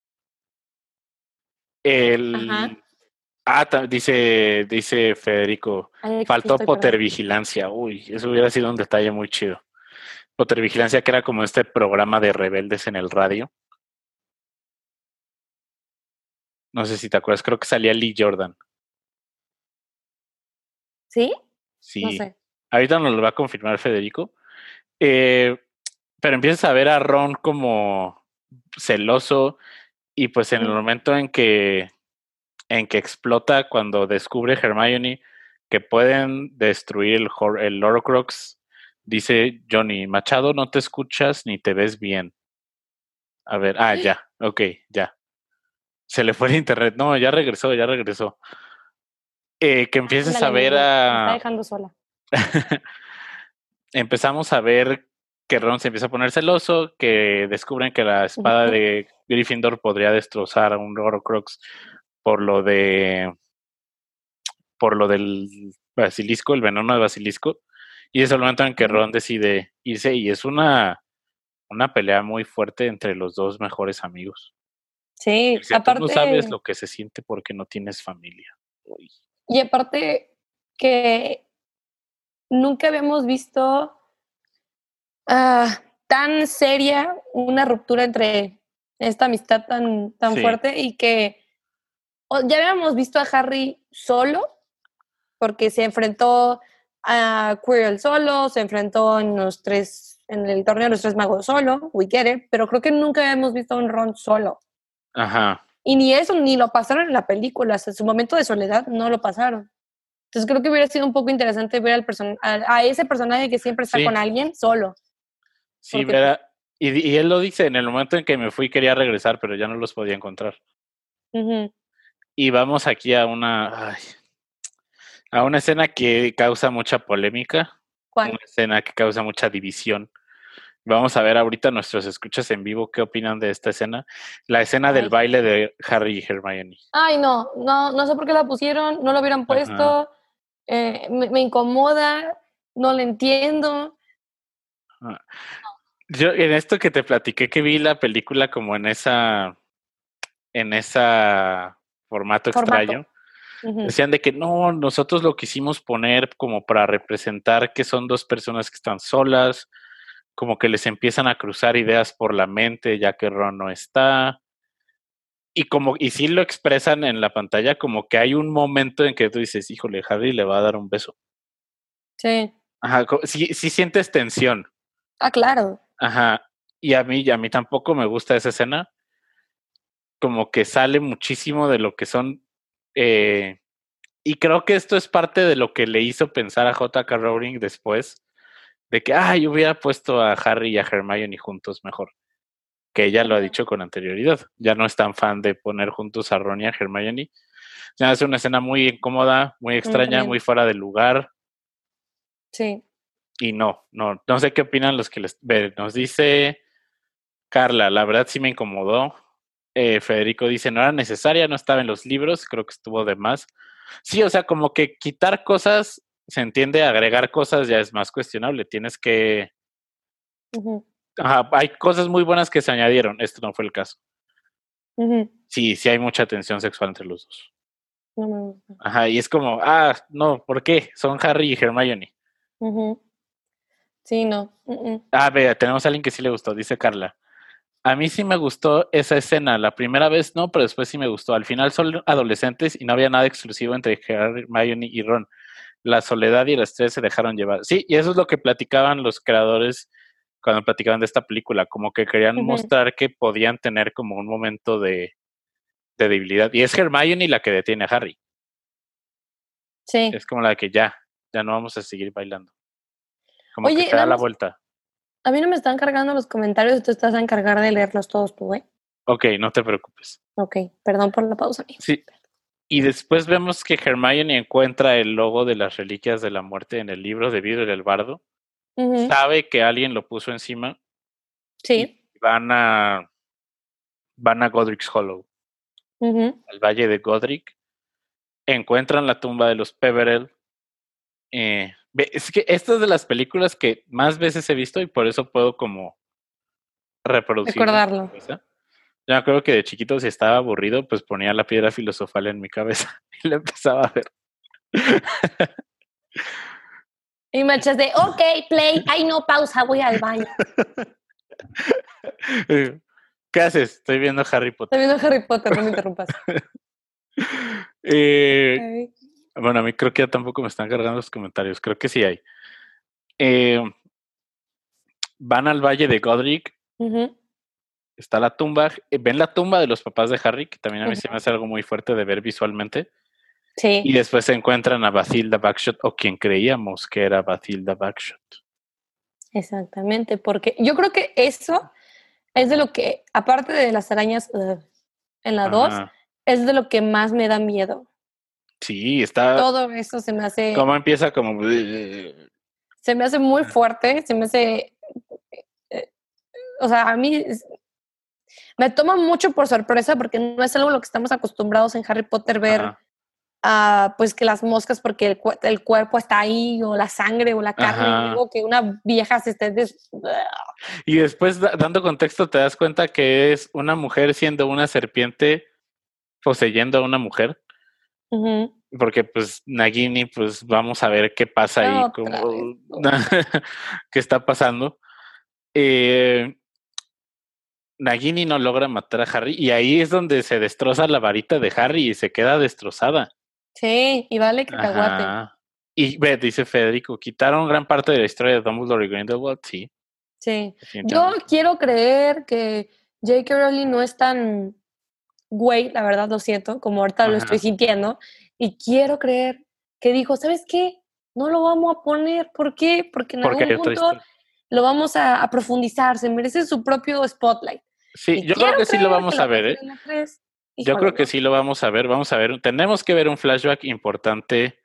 Ajá. El, ah, ta- dice, dice Federico, Ay, aquí faltó estoy, perdón. Pottervigilancia. Uy, eso hubiera sido un detalle muy chido. Pottervigilancia, que era como este programa de rebeldes en el radio. No sé si te acuerdas, creo que salía Lee Jordan. ¿Sí? No Sí, sé. ahorita nos lo va a confirmar Federico. Eh, pero empiezas a ver a Ron como celoso y pues en el Ujú. momento en que en que explota cuando descubre Hermione que pueden destruir el, Hor- el Horcrux, dice Johnny, Machado, no te escuchas ni te ves bien. A ver, ah, ya, ok, ya. Se le fue el internet. No, ya regresó, ya regresó. Eh, que empieces a Ándale, me, ver me, me está a... dejando sola. Empezamos a ver que Ron se empieza a poner celoso, que descubren que la espada Ujú. de Gryffindor podría destrozar a un Horcrux por lo de por lo del basilisco, el veneno de basilisco, y es el momento en que Ujú. Ron decide irse y es una, una pelea muy fuerte entre los dos mejores amigos. Sí, Dice, tú no sabes aparte, lo que se siente porque no tienes familia. Uy. y aparte que nunca habíamos visto ah, tan seria una ruptura entre esta amistad tan, tan Sí, fuerte y que o- ya habíamos visto a Harry solo, porque se enfrentó a Quirrell solo, se enfrentó en los tres, en el torneo de los tres magos solo, we get it, pero creo que nunca habíamos visto a un Ron solo. ajá. Y ni eso, ni lo pasaron en la película, hasta su momento de soledad no lo pasaron. Entonces creo que hubiera sido un poco interesante ver al person a, a ese personaje que siempre está Sí, con alguien solo, sí, porque pues, verá. Y, y él lo dice, en el momento en que me fui quería regresar, pero ya no los podía encontrar. uh-huh. Y vamos aquí a una, ay, a una escena que causa mucha polémica, una ¿Cuál? escena que causa mucha división. Vamos a ver ahorita nuestros escuchas en vivo qué opinan de esta escena. La escena del Ay, baile de Harry y Hermione. ay, no, no, no sé por qué la pusieron, no lo hubieran Ajá. puesto, eh, me, me incomoda, no le entiendo. Ajá. Yo en esto que te platiqué que vi la película como en esa, en esa formato Formato. extraño, Uh-huh. decían de que no, nosotros lo quisimos poner como para representar que son dos personas que están solas, como que les empiezan a cruzar ideas por la mente ya que Ron no está. Y como, y sí lo expresan en la pantalla, como que hay un momento en que tú dices, híjole, Harry le va a dar un beso. Sí. Ajá, co- sí, sí sientes tensión. Ah, claro. Ajá. Y a mí, y a mí tampoco me gusta esa escena. Como que sale muchísimo de lo que son. eh, y creo que esto es parte de lo que le hizo pensar a J K. Rowling después, de que, ah, yo hubiera puesto a Harry y a Hermione juntos mejor. Que ella lo ha Uh-huh. dicho con anterioridad. Ya no es tan fan de poner juntos a Ron y a Hermione. Se hace una escena muy incómoda, muy A mí extraña, también. muy fuera de lugar. Sí. Y no, no, no sé qué opinan los que les ve. Nos dice Carla, la verdad sí me incomodó. Eh, Federico dice, no era necesaria, no estaba en los libros, creo que estuvo de más. Sí, o sea, como que quitar cosas, se entiende, agregar cosas ya es más cuestionable. Tienes que... Uh-huh. Ajá, hay cosas muy buenas que se añadieron, esto no fue el caso. Uh-huh. Sí, sí hay mucha tensión sexual entre los dos. No me gusta. Ajá, y es como, ah, no, ¿por qué? Son Harry y Hermione. Uh-huh. Sí, no. Uh-uh. Ah, vea, tenemos a alguien que sí le gustó, dice Carla. A mí sí me gustó esa escena. La primera vez no, pero después sí me gustó. Al final son adolescentes y no había nada exclusivo entre Harry, Hermione y Ron. La soledad y el estrés se dejaron llevar. Sí, y eso es lo que platicaban los creadores cuando platicaban de esta película, como que querían Ujú. mostrar que podían tener como un momento de, de debilidad. Y es Hermione la que detiene a Harry. Sí. Es como la que ya, ya no vamos a seguir bailando. Como que Oye, se da nada la más, vuelta. a mí no me están cargando los comentarios, tú estás a encargar de leerlos todos tú, ¿eh? Ok, no te preocupes. Ok, perdón por la pausa, amigo. Sí, y después vemos que Hermione encuentra el logo de las reliquias de la muerte en el libro de vidrio del bardo. Ujú. Sabe que alguien lo puso encima y Sí. van a van a Godric's Hollow, Ujú. al valle de Godric. Encuentran la tumba de los Peverell. Eh, es que esta es de las películas que más veces he visto y por eso puedo como reproducirla en mi Recordarlo. cabeza. Yo creo que de chiquito, si estaba aburrido, pues ponía la piedra filosofal en mi cabeza y la empezaba a ver. Y machas de, ok, play, ay no, pausa, voy al baño. ¿Qué haces? Estoy viendo Harry Estoy Potter. viendo Harry Potter, no me interrumpas. Eh, Okay. bueno, a mí creo que ya tampoco me están cargando los comentarios. Creo que sí hay. Eh, van al valle de Godric. Ujú, Está la tumba. eh, ven la tumba de los papás de Harry, que también a mí se me ujú. hace algo muy fuerte de ver visualmente. Y Sí, después se encuentran a Bathilda Bagshot, o quien creíamos que era Bathilda Bagshot. exactamente, porque yo creo que eso es de lo que, aparte de las arañas uh, en la dos, Ajá. es de lo que más me da miedo. Sí, está. Todo eso se me hace, ¿Cómo empieza? Como. se me hace muy fuerte, se me hace, eh, o sea, a mí es- me toma mucho por sorpresa porque no es algo a lo que estamos acostumbrados en Harry Potter ver, Ajá. ah, pues que las moscas porque el, cu- el cuerpo está ahí o la sangre o la carne y Ajá. luego que una vieja se esté des... Y después, da- dando contexto, te das cuenta que es una mujer siendo una serpiente poseyendo a una mujer. Ujú. Porque pues Nagini, pues vamos a ver qué pasa ahí, Otra vez. cómo, qué está pasando. Eh, Nagini no logra matar a Harry y ahí es donde se destroza la varita de Harry y se queda destrozada. Sí, y vale cacahuate. Ajá. Y ve, dice Federico, quitaron gran parte de la historia de Dumbledore y Grindelwald, sí, Sí. Yo definitivamente. quiero creer que J K. Rowling no es tan güey, la verdad lo siento, como ahorita lo estoy Ajá. sintiendo, y quiero creer que dijo, ¿sabes qué? No lo vamos a poner, ¿por qué? Porque en Porque algún hay otra punto historia. lo vamos a, a profundizar, se merece su propio spotlight. Sí, Y yo creo quiero que sí lo creer que vamos lo a va a ver, hacer ¿eh? en la tres. Yo Híjole, creo que no. sí lo vamos a ver, vamos a ver. Tenemos que ver un flashback importante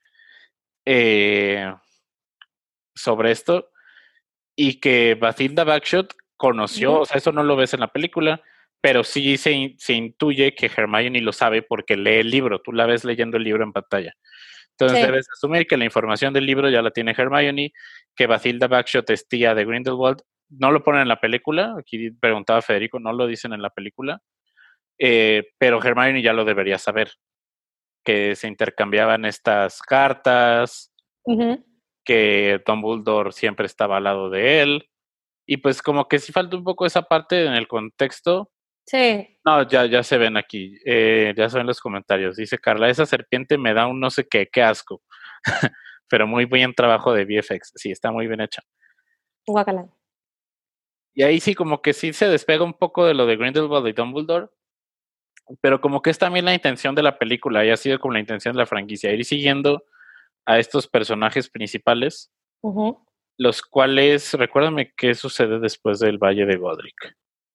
eh, sobre esto y que Bathilda Bagshot conoció, Ujú. o sea, eso no lo ves en la película, pero sí se, in- se intuye que Hermione lo sabe porque lee el libro, tú la ves leyendo el libro en pantalla. Entonces Sí. debes asumir que la información del libro ya la tiene Hermione, que Bathilda Bagshot es tía de Grindelwald. No lo ponen en la película, aquí preguntaba Federico, no lo dicen en la película, eh, pero Hermione ya lo debería saber, que se intercambiaban estas cartas, Ujú. que Dumbledore siempre estaba al lado de él. Y pues como que sí falta un poco esa parte en el contexto. Sí. No, ya, ya se ven aquí, eh, ya se ven los comentarios. Dice Carla, esa serpiente me da un no sé qué, qué asco. Pero muy buen trabajo de V F X. Sí, está muy bien hecha. Guacala. Y ahí sí, como que sí se despega un poco de lo de Grindelwald y Dumbledore, pero como que es también la intención de la película y ha sido como la intención de la franquicia, ir siguiendo a estos personajes principales, Ujú. los cuales, recuérdame qué sucede después del Valle de Godric.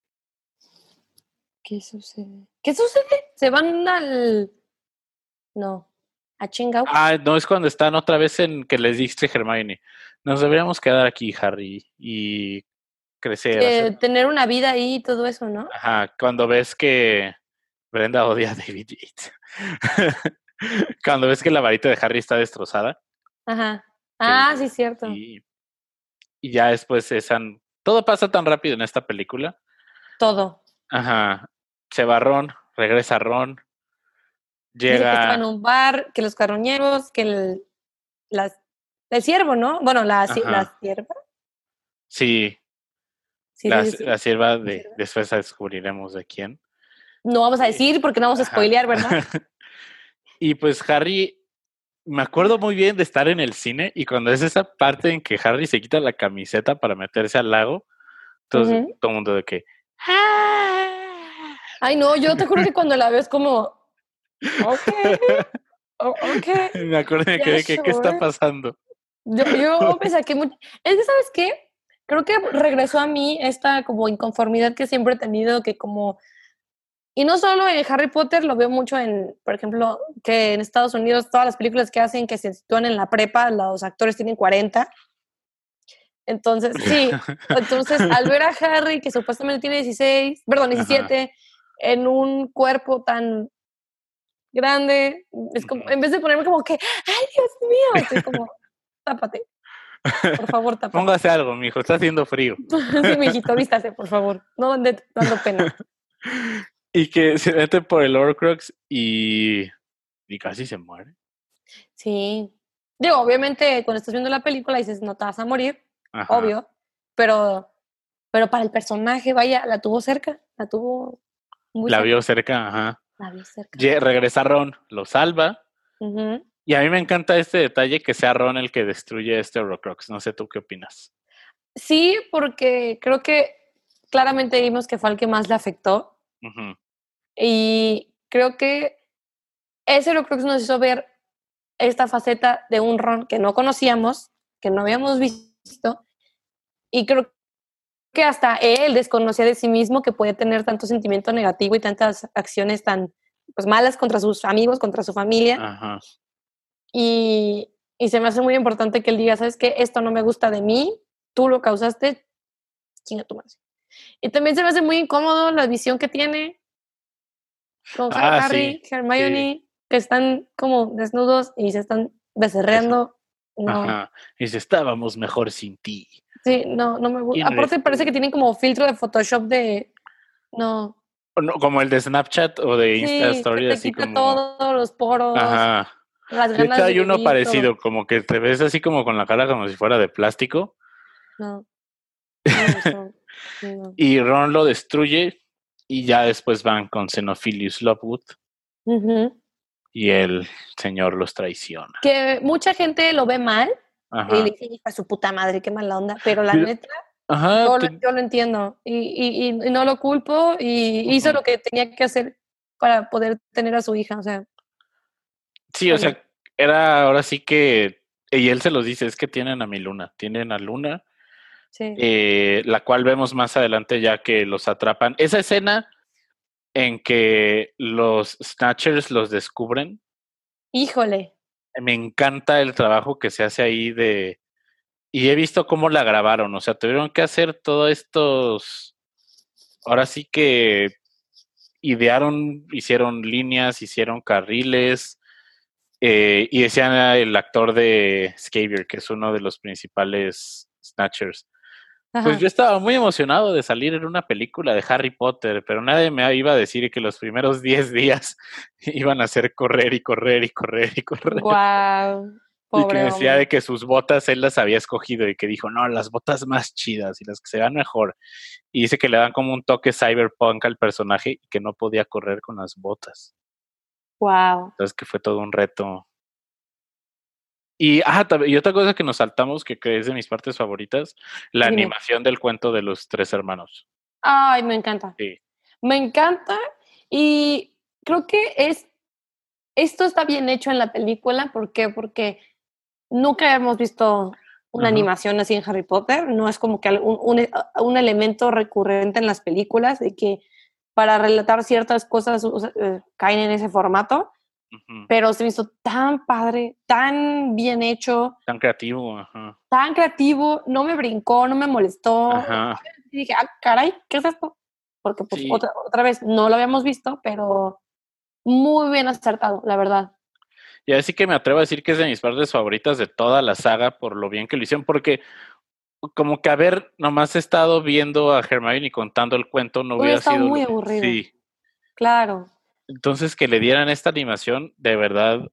¿Qué sucede? ¿Qué sucede? Se van al... No, a Chingao. Ah, no, es cuando están otra vez en que les diste Hermione. Nos deberíamos quedar aquí, Harry, y crecer, hacer. Que tener una vida ahí y todo eso, ¿no? Ajá, cuando ves que Brenda odia a David Yates. Cuando ves que la varita de Harry está destrozada, Ajá. que Ah, sí, dices, cierto. y, y ya después esan. Todo pasa tan rápido en esta película. Todo. Ajá. Se va Ron, regresa Ron, Dice que estaba en llega. un bar, que los carroñeros, que el, las, el ciervo, ¿no? Bueno, la, ci- la Ajá. cierva. Sí. Sí, La, sí, sí. la sierva de, después descubriremos de quién. No vamos a decir porque no vamos a Ajá. spoilear, ¿verdad? Y pues Harry, me acuerdo muy bien de estar en el cine y cuando es esa parte en que Harry se quita la camiseta para meterse al lago, entonces Ujú. todo el mundo de que... "Ah". Ay, no, yo te juro que cuando la ves como, ok, o- ok, Me acuerdo de que, yeah, de que, ¿qué está sure. pasando? Yo, yo me saqué mucho. Es que, ¿sabes qué? Creo que regresó a mí esta como inconformidad que siempre he tenido, que como, y no solo en Harry Potter, lo veo mucho en, por ejemplo, que en Estados Unidos todas las películas que hacen que se sitúan en la prepa, los actores tienen cuarenta. Entonces, sí, entonces al ver a Harry, que supuestamente tiene dieciséis, perdón, Ajá. diecisiete, en un cuerpo tan grande, es como, Ujú. en vez de ponerme como que, ay, Dios mío, estoy como, tápate, por favor, tápate. Póngase algo, mijo, está haciendo frío. Sí, mijito, vístase, por favor, no ande dando pena. Y que se mete por el Horcrux y, y casi se muere. Sí. Digo, obviamente, cuando estás viendo la película dices, no te vas a morir, Ajá. obvio, pero, pero para el personaje, vaya, la tuvo cerca, la tuvo muy La vio cerca, cerca, ajá. la vio cerca. Ye- Regresa Ron, lo salva. Ujú. Y a mí me encanta este detalle que sea Ron el que destruye este Horcrux. No sé tú qué opinas. Sí, porque creo que claramente vimos que fue el que más le afectó Ujú. y creo que ese Horcrux nos hizo ver esta faceta de un Ron que no conocíamos, que no habíamos visto, y creo que hasta él desconocía de sí mismo que puede tener tanto sentimiento negativo y tantas acciones tan pues, malas contra sus amigos, contra su familia, Ajá. y, y se me hace muy importante que él diga, ¿sabes qué? Esto no me gusta de mí, tú lo causaste, chinga tu madre. Y también se me hace muy incómodo la visión que tiene con Ah, sí. Harry, Sí. Hermione, que están como desnudos y se están Eso. becerreando. No, Ajá. Dice, estábamos mejor sin ti. sí, no, no me gusta. ¿Quién eres Aparte parece que tú? tienen como filtro de Photoshop de, no, O no, como el de Snapchat o de Insta sí, que Story, te así quita como... todos los poros, Ajá. las De hecho, ganas de hay uno vivir, todo. parecido, como que te ves así como con la cara como si fuera de plástico. No, no me gustó. No. Y Ron lo destruye y ya después van con Xenophilius Lovegood Ujú. y el señor los traiciona. Que mucha gente lo ve mal y le Ajá. dice, hija, su puta madre, qué mala onda, pero la Pero- neta, Ajá. yo lo, te- yo lo entiendo y, y, y no lo culpo y hizo ujú. lo que tenía que hacer para poder tener a su hija, o sea, Sí, o oye, sea, era ahora sí que, y él se los dice, es que tienen a mi Luna, tienen a Luna, sí, eh, la cual vemos más adelante ya que los atrapan. Esa escena en que los Snatchers los descubren, híjole, me encanta el trabajo que se hace ahí de... Y he visto cómo la grabaron, o sea, tuvieron que hacer todos estos... Ahora sí que idearon, hicieron líneas, hicieron carriles, eh, y decían el actor de Xavier, que es uno de los principales Snatchers. Pues yo ajá, estaba muy emocionado de salir en una película de Harry Potter, pero nadie me iba a decir que los primeros diez días iban a hacer correr y correr y correr y correr. guau, Y que pobre decía de hombre, que sus botas él las había escogido y que dijo, no, las botas más chidas y las que se vean mejor. Y dice que le dan como un toque cyberpunk al personaje y que no podía correr con las botas. guau, Entonces que fue todo un reto. Y, ah, tab- y otra cosa que nos saltamos, que, que es de mis partes favoritas, la dime, animación del cuento de los tres hermanos. ay, me encanta, Sí. me encanta y creo que es, esto está bien hecho en la película, ¿por qué? Porque nunca hemos visto una Ajá. animación así en Harry Potter, no es como que un, un, un elemento recurrente en las películas de que para relatar ciertas cosas o sea, eh, caen en ese formato, Ujú. pero se me hizo tan padre, tan bien hecho, Tan creativo, ajá. tan creativo, no me brincó, no me molestó. Ajá. Y dije, ah, caray, ¿qué es esto? Porque pues Sí. otra, otra vez no lo habíamos visto, pero muy bien acertado, la verdad. Y así que me atrevo a decir que es de mis partes favoritas de toda la saga por lo bien que lo hicieron, porque como que haber nomás estado viendo a Hermione contando el cuento no Hubiera hubiera estado sido lo... muy aburrido, Sí. claro. Entonces que le dieran esta animación, de verdad,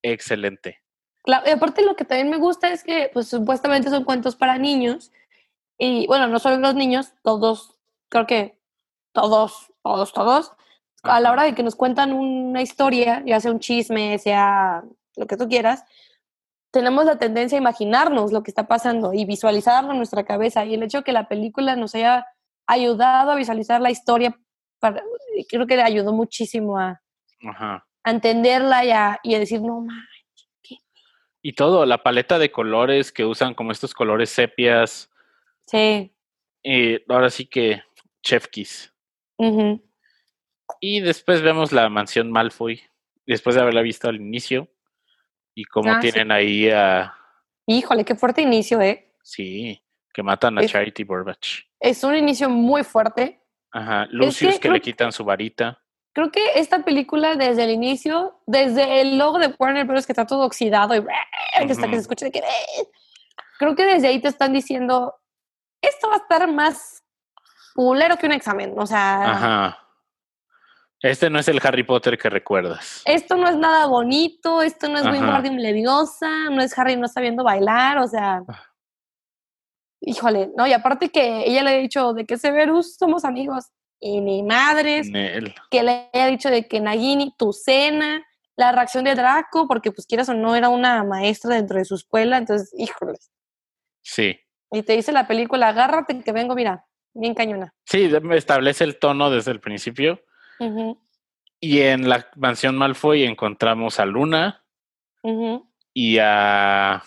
excelente. Claro, y aparte lo que también me gusta es que, pues, supuestamente son cuentos para niños Y bueno, no solo los niños, todos, creo que todos, todos, todos, a la hora Ajá. de que nos cuentan una historia, ya sea un chisme, sea lo que tú quieras, tenemos la tendencia a imaginarnos lo que está pasando y visualizarlo en nuestra cabeza. Y el hecho de que la película nos haya ayudado a visualizar la historia, para, creo que le ayudó muchísimo a, Ajá. a entenderla y a, y a decir, no, ma, ¿qué? Y todo, la paleta de colores que usan como estos colores sepias. Sí. Y ahora sí que Chef Kiss. Uh-huh. Y después vemos la mansión Malfoy, después de haberla visto al inicio. Y cómo Ah, sí. tienen ahí a... Híjole, qué fuerte inicio, ¿eh? Sí, que matan a Es, Charity Burbage. es un inicio muy fuerte. Ajá, Es Lucius que que le creo, quitan su varita. creo que esta película desde el inicio, desde el logo de Warner Bros. Que está todo oxidado y que está que se Ujú. escucha de que... Creo que desde ahí te están diciendo, esto va a estar más culero que un examen. O sea, Ajá. Este no es el Harry Potter que recuerdas. esto no es nada bonito, esto no es Ajá. Wingardium Leviosa, no es Harry no sabiendo bailar, o sea, híjole, no, y aparte que ella le ha dicho de que Severus somos amigos, y ni madres, Nel. que le haya dicho de que Nagini, tu cena, la reacción de Draco, porque pues quieras o no, era una maestra dentro de su escuela, entonces, híjole, Sí. y te dice la película, agárrate que vengo, mira, bien cañona. Sí, establece el tono desde el principio. Uh-huh, Y en la mansión Malfoy encontramos a Luna uh-huh. y a...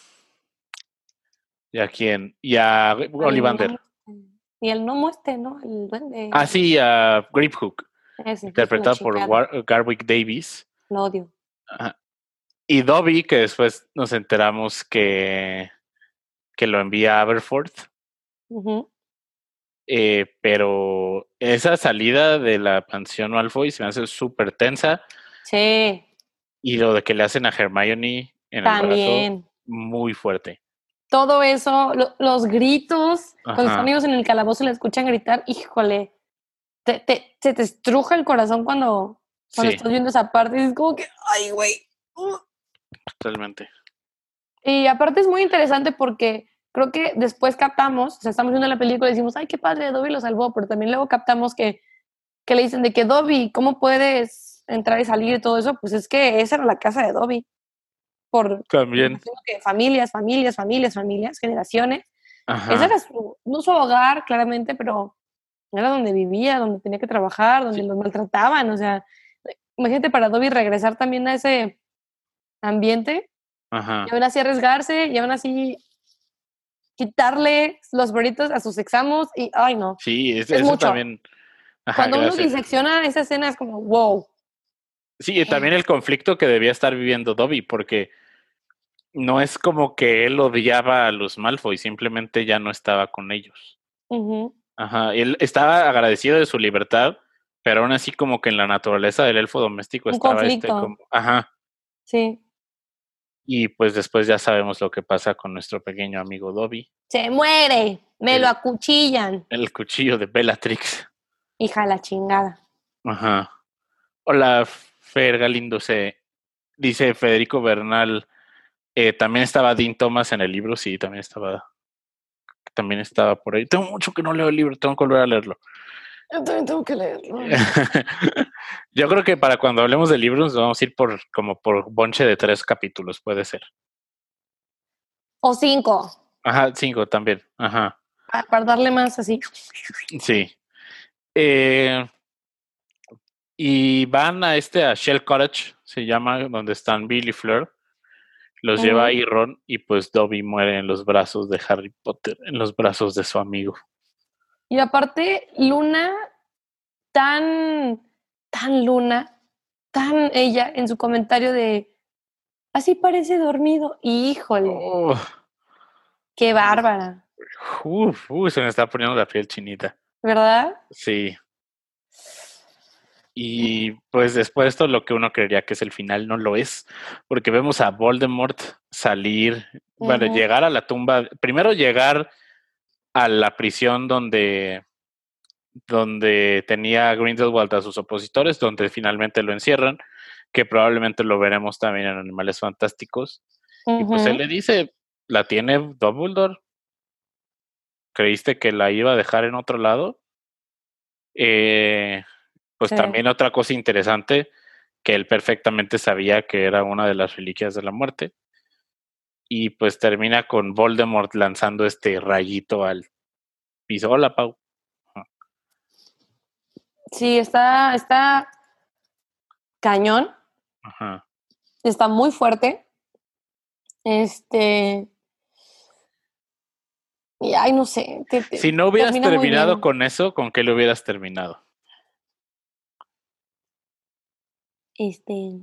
¿Y a quién? Y a Al gnomo Ollivander. este. Y el gnomo este, ¿no? El duende. Ah, sí, a Griphook, Ese, hijo de la interpretado por chingada. War Garwick Davis. Lo odio. Ajá. Y Dobby, que después nos enteramos que, que lo envía a Aberforth. Uh-huh. Eh, pero esa salida de la mansión Malfoy se me hace súper tensa. Sí, Y lo de que le hacen a Hermione en el brazo, también. muy fuerte. Todo eso, lo, los gritos, cuando están Ajá. amigos en el calabozo y le escuchan gritar, híjole, te, te, se te estruja el corazón cuando, cuando Sí, estás viendo esa parte y es como que, ay, güey. Uh. totalmente. Y aparte es muy interesante porque creo que después captamos, o sea, estamos viendo la película y decimos, ay, qué padre, Dobby lo salvó, pero también luego captamos que, que le dicen de que Dobby, ¿cómo puedes entrar y salir y todo eso? Pues es que esa era la casa de Dobby, por, me También. imagino que familias, familias, familias, familias, generaciones. Ese Ajá. era su, no su hogar, claramente, pero era donde vivía, donde tenía que trabajar, donde Sí. los maltrataban, o sea, imagínate para Dobby regresar también a ese ambiente y Ajá. aún así arriesgarse y aún así quitarle los burritos a sus examos y, ay, no, Sí, es, es eso mucho. también. Ajá, Cuando uno gracias. disecciona esa escena es como, wow. Sí, y también el conflicto que debía estar viviendo Dobby, porque no es como que él odiaba a los Malfoy, simplemente ya no estaba con ellos. Uh-huh. Ajá, él estaba agradecido de su libertad, pero aún así como que en la naturaleza del elfo doméstico Un estaba este como, conflicto, ajá, sí. y pues después ya sabemos lo que pasa con nuestro pequeño amigo Dobby, Se muere, me lo el, acuchillan. el cuchillo de Bellatrix. Hija de la chingada. Ajá. Hola, Fer Galindo, se dice Federico Bernal. Eh, también estaba Dean Thomas en el libro, sí, también estaba, también estaba por ahí. Tengo mucho que no leo el libro, tengo que volver a leerlo. Yo también tengo que leerlo. Yo creo que para cuando hablemos de libros nos vamos a ir por como por bonche de tres capítulos, puede ser. O cinco, Ajá, cinco también. Ajá, para darle más así. sí. Eh, y van a este, a Shell Cottage, se llama, donde están Bill y Fleur. Los lleva Uh-huh. ahí Ron y pues Dobby muere en los brazos de Harry Potter, en los brazos de su amigo. Y aparte, Luna, tan, tan Luna, tan ella en su comentario de, así parece dormido. Híjole, Oh, qué bárbara, uf, uf, se me está poniendo la piel chinita. ¿verdad? Sí. Y pues después de esto lo que uno creería que es el final no lo es, porque vemos a Voldemort salir, bueno, Uh-huh. llegar a la tumba, primero llegar a la prisión donde, donde tenía Grindelwald a sus opositores, donde finalmente lo encierran, que probablemente lo veremos también en Animales Fantásticos. Y pues él Uh-huh. le dice, ¿la tiene Dumbledore? creíste que la iba a dejar en otro lado. Eh, pues Sí. también otra cosa interesante, que él perfectamente sabía que era una de las reliquias de la muerte. Y pues termina con Voldemort lanzando este rayito al piso. Hola, Pau. Sí, está, está cañón, Ajá. está muy fuerte. Este, y ay, no sé, te- te- Si no hubieras termina muy terminado bien. con eso, ¿con qué lo hubieras terminado? Este,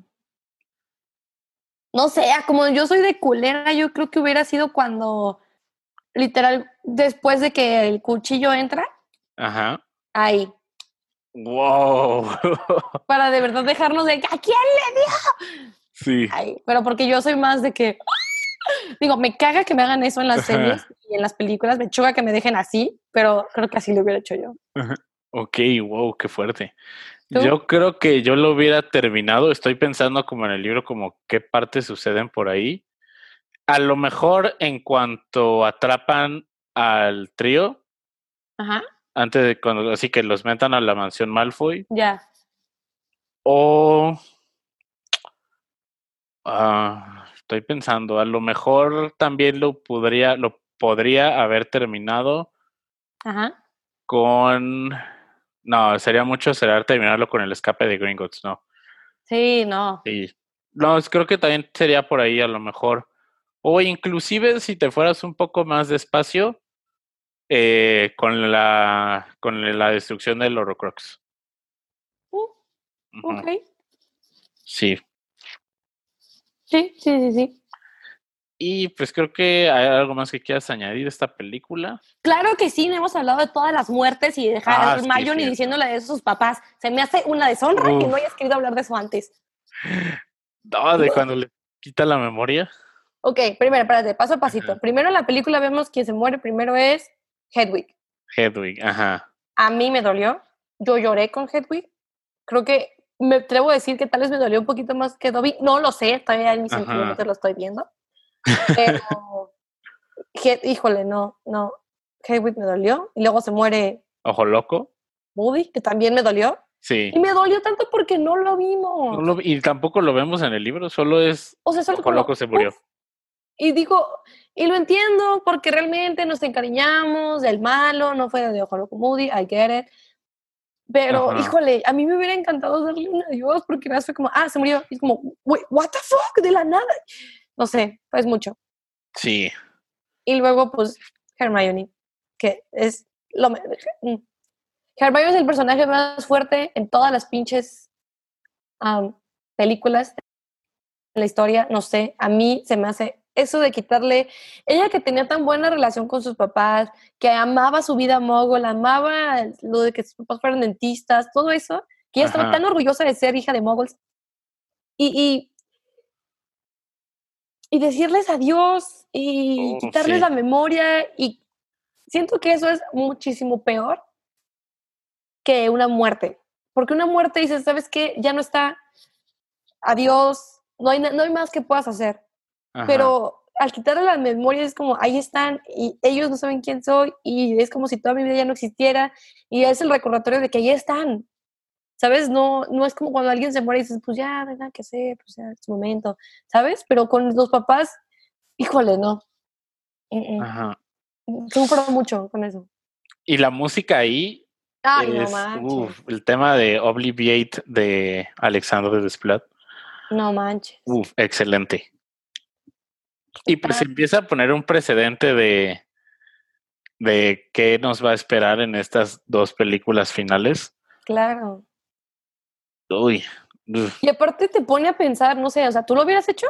no sé, ah, como yo soy de culera, yo creo que hubiera sido cuando, literal, después de que el cuchillo entra, Ajá. ahí, Wow. para de verdad dejarnos de, ¿a quién le dio? Sí. Ay, pero porque yo soy más de que, digo, me caga que me hagan eso en las series Ajá. y en las películas, me choca que me dejen así, pero creo que así lo hubiera hecho yo. Ajá. Ok, wow, qué fuerte. ¿Tú? Yo creo que yo lo hubiera terminado. Estoy pensando como en el libro, como qué partes suceden por ahí. A lo mejor en cuanto atrapan al trío, Ajá, antes de cuando así que los metan a la mansión Malfoy, ya. o ah, estoy pensando, a lo mejor también lo podría, lo podría haber terminado Ajá. con, no, sería mucho será terminarlo con el escape de Gringotts, no. Sí, no. Sí. No, es- creo que también sería por ahí a lo mejor. O inclusive si te fueras un poco más despacio, eh, con la con la destrucción del Horrocrux. Uh, Ujú. ok. Sí. Sí, sí, sí, sí. Y pues creo que hay algo más que quieras añadir a esta película. Claro que sí, no hemos hablado de todas las muertes y de Ah, sí, es Hermione cierto. diciéndole eso a sus papás. Se me hace una deshonra que no Uf. hayas querido hablar de eso antes. No, de cuando le quita la memoria. Ok, primero, espérate, paso a Ajá. pasito. Primero en la película vemos quien se muere primero es Hedwig. Hedwig, ajá. A mí me dolió. Yo lloré con Hedwig. Creo que me atrevo a decir que tal vez me dolió un poquito más que Dobby. No lo sé, todavía en mis Ajá. sentimientos lo estoy viendo. Pero, Hed- híjole, no, no. Hedwig me dolió. Y luego se muere Ojo loco. Moody, que también me dolió. Y Sí. me dolió tanto porque no lo No vimos. lo, y tampoco lo vemos en el libro, solo es O sea, solo Ojo loco como, se uf. murió. Y digo, y lo entiendo porque realmente nos encariñamos del malo, no fue de Ojo Loco Moody, I get it. Pero, Ajá. híjole, a mí me hubiera encantado darle un adiós porque más fue como, ah, se murió. Y es como, wait, what the fuck, de la nada. No sé, pues mucho. Sí. Y luego, pues, Hermione, que es lo me- mm. Hermione es el personaje más fuerte en todas las pinches um, películas de la historia. No sé, a mí se me hace eso de quitarle, ella que tenía tan buena relación con sus papás, que amaba su vida mogul, amaba lo de que sus papás fueran dentistas, todo eso, que ella estaba Ajá. tan orgullosa de ser hija de moguls y, y, y decirles adiós y Oh, quitarles sí. la memoria y siento que eso es muchísimo peor que una muerte, porque una muerte dices, ¿sabes qué? Ya no está, adiós, no hay, no hay más que puedas hacer. Ajá. Pero al quitarle la memoria es como, ahí están y ellos no saben quién soy y es como si toda mi vida ya no existiera y es el recordatorio de que ahí están, ¿sabes? No, no es como cuando alguien se muere y dices, pues ya, no hay nada que hacer, pues ya, es su momento, ¿sabes? Pero con los papás, híjole, no. Mm, Ajá. mm. Sufro mucho con eso. Y la música ahí Ay, no es, manches, uf, el tema de Obliviate de Alexandre Desplat. no manches. Uf, excelente. Y pues se Está empieza a poner un precedente de, de qué nos va a esperar en estas dos películas finales. claro. Uy, uf, Y aparte te pone a pensar, no sé, o sea, ¿tú lo hubieras hecho?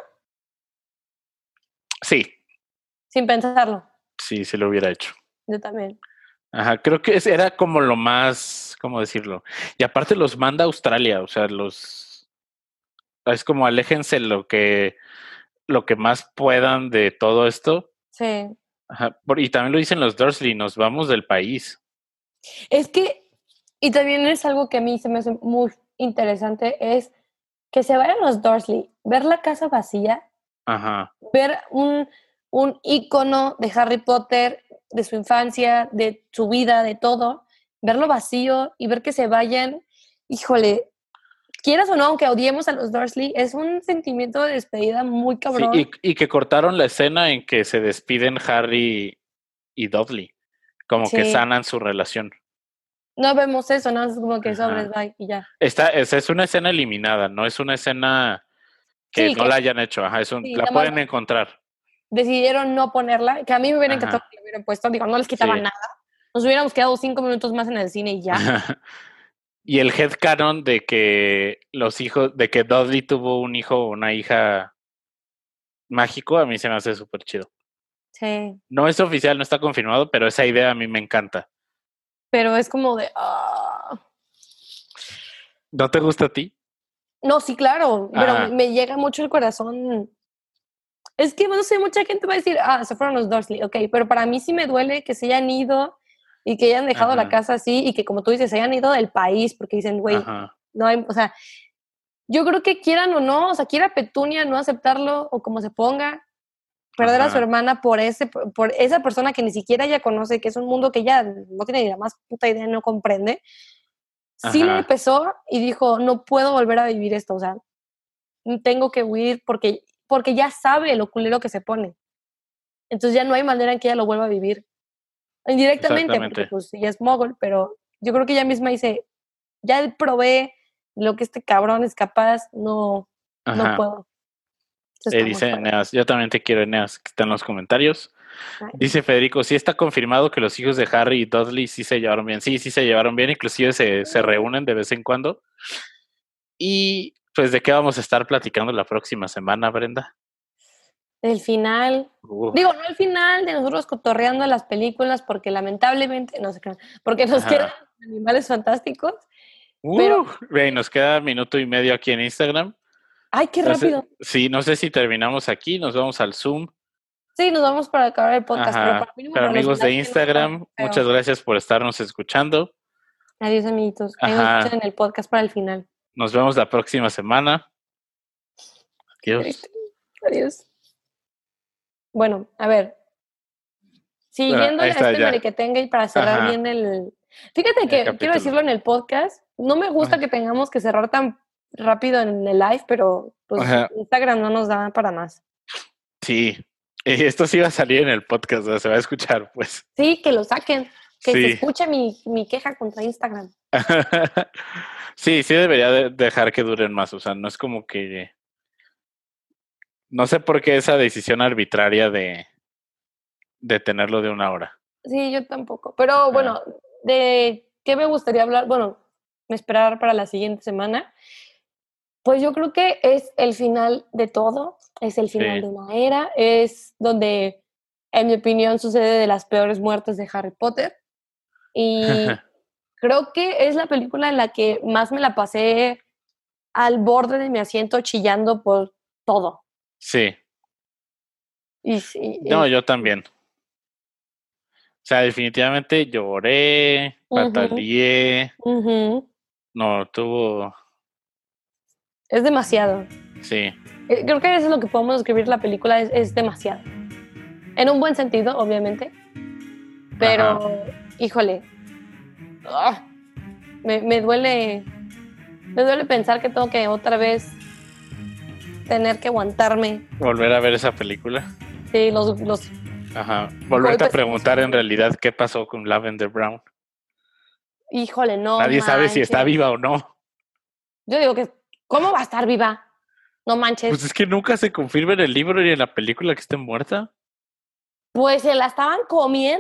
sí, Sin pensarlo. sí, sí lo hubiera hecho. Yo también. Ajá, creo que ese era como lo más, ¿cómo decirlo? Y aparte los manda a Australia, o sea, los, es como aléjense lo que, lo que más puedan de todo esto. Sí. Ajá, por- y también lo dicen los Dursley, nos vamos del país. Es que, y también es algo que a mí se me hace muy interesante, es que se vayan los Dursley, ver la casa vacía, Ajá, ver un, un ícono de Harry Potter de su infancia, de su vida, de todo, verlo vacío y ver que se vayan, híjole, quieras o no, aunque odiemos a los Dursley, es un sentimiento de despedida muy cabrón. Sí, y, y que cortaron la escena en que se despiden Harry y Dudley, como Sí. que sanan su relación. No vemos eso, no es como que Ajá. sobres, bye, y ya. Esta es, es una escena eliminada, no es una escena que Sí, no que- la hayan hecho. Ajá, es un- sí, la nada más pueden encontrar. decidieron no ponerla, que a mí me hubiera Ajá. encantado que la hubieran puesto, digo, no les quitaba Sí. nada. Nos hubiéramos quedado cinco minutos más en el cine y ya. Y el headcanon de que los hijos, de que Dudley tuvo un hijo o una hija mágico, a mí se me hace súper chido. Sí, No es oficial, no está confirmado, pero esa idea a mí me encanta. pero es como de... ah. ¿No te gusta a ti? No, sí, claro, pero Ah. me, me llega mucho el corazón. Es que, no sé, mucha gente va a decir, ah, se fueron los Dursley, ok, pero para mí sí me duele que se hayan ido y que hayan dejado Ajá. la casa así y que, como tú dices, se hayan ido del país porque dicen, güey, Ajá. no hay, o sea, yo creo que quieran o no, o sea, quiera Petunia no aceptarlo o como se ponga, perder a su Ajá. hermana por ese por esa persona que ni siquiera ella conoce, que es un mundo que ella no tiene ni la más puta idea, no comprende. Sí le Ajá. pesó y dijo, no puedo volver a vivir esto, o sea, tengo que huir porque, porque ya sabe lo culero que se pone. Entonces ya no hay manera en que ella lo vuelva a vivir. Indirectamente, porque Exactamente. pues ella es mogul, pero yo creo que ella misma dice, ya probé lo que este cabrón es capaz, no, no Ajá. puedo. Eso Eh, está muy dice fuerte. Eneas, yo también te quiero, Eneas, que está en los comentarios. Ay, Dice Federico, sí está confirmado que los hijos de Harry y Dudley sí se llevaron bien. Sí, sí se llevaron bien, inclusive se, se reúnen de vez en cuando. Y pues, ¿de qué vamos a estar platicando la próxima semana, Brenda? el final, Uf. digo, no el final de nosotros cotorreando las películas, porque lamentablemente, no sé qué, porque nos Ajá. quedan animales fantásticos, Uh, pero... ve, nos queda minuto y medio aquí en Instagram. ¡Ay, qué No sé- rápido! sí, no sé si terminamos aquí, nos vamos al Zoom. Sí, nos vamos para acabar el podcast, pero para Ajá. mínimo Pero para los amigos de likes que no está Instagram, feo. muchas gracias por estarnos escuchando. Adiós, amiguitos. Ahí nos Ajá. escuchan en el podcast para el final. Nos vemos la próxima semana. Adiós. Triste. Adiós. Bueno, a ver. Bueno, Siguiendo ahí a está este ya. merequetengue y para cerrar Ajá. bien el... Fíjate El que capítulo. quiero decirlo en el podcast, no me gusta Ay. que tengamos que cerrar tan rápido en el live, pero pues Ajá. Instagram no nos da para más. Sí. Eh, Esto sí va a salir en el podcast, o sea, se va a escuchar, pues. Sí, que lo saquen, que se Sí. escuche mi, mi queja contra Instagram. Sí, sí debería de dejar que duren más, o sea, no es como que... No sé por qué esa decisión arbitraria de, de tenerlo de una hora. Sí, yo tampoco. Pero bueno, ¿de qué me gustaría hablar? Bueno, esperar para la siguiente semana. Pues yo creo que es el final de todo, es el final Sí. de una era, es donde, en mi opinión, sucede de las peores muertes de Harry Potter. Y creo que es la película en la que más me la pasé al borde de mi asiento chillando por todo. Sí. Y sí, No, es- yo también. O sea, definitivamente lloré, Ujú, pataleé. ujú. No, tuvo... Es demasiado. Sí. Eh, Creo que eso es lo que podemos describir la película, es, es demasiado. En un buen sentido, obviamente. Pero, Ajá. híjole, ah, me, me duele, me duele pensar que tengo que otra vez tener que aguantarme. Volver a ver esa película. Sí, los, los Ajá. Volverte a golpes preguntar en emocionales. realidad qué pasó con Lavender Brown. Híjole, no Nadie sabe si está manches. viva o no. Yo digo que, ¿cómo va a estar viva? No manches. Pues es que nunca se confirma en el libro ni en la película que esté muerta. Pues se la estaban comiendo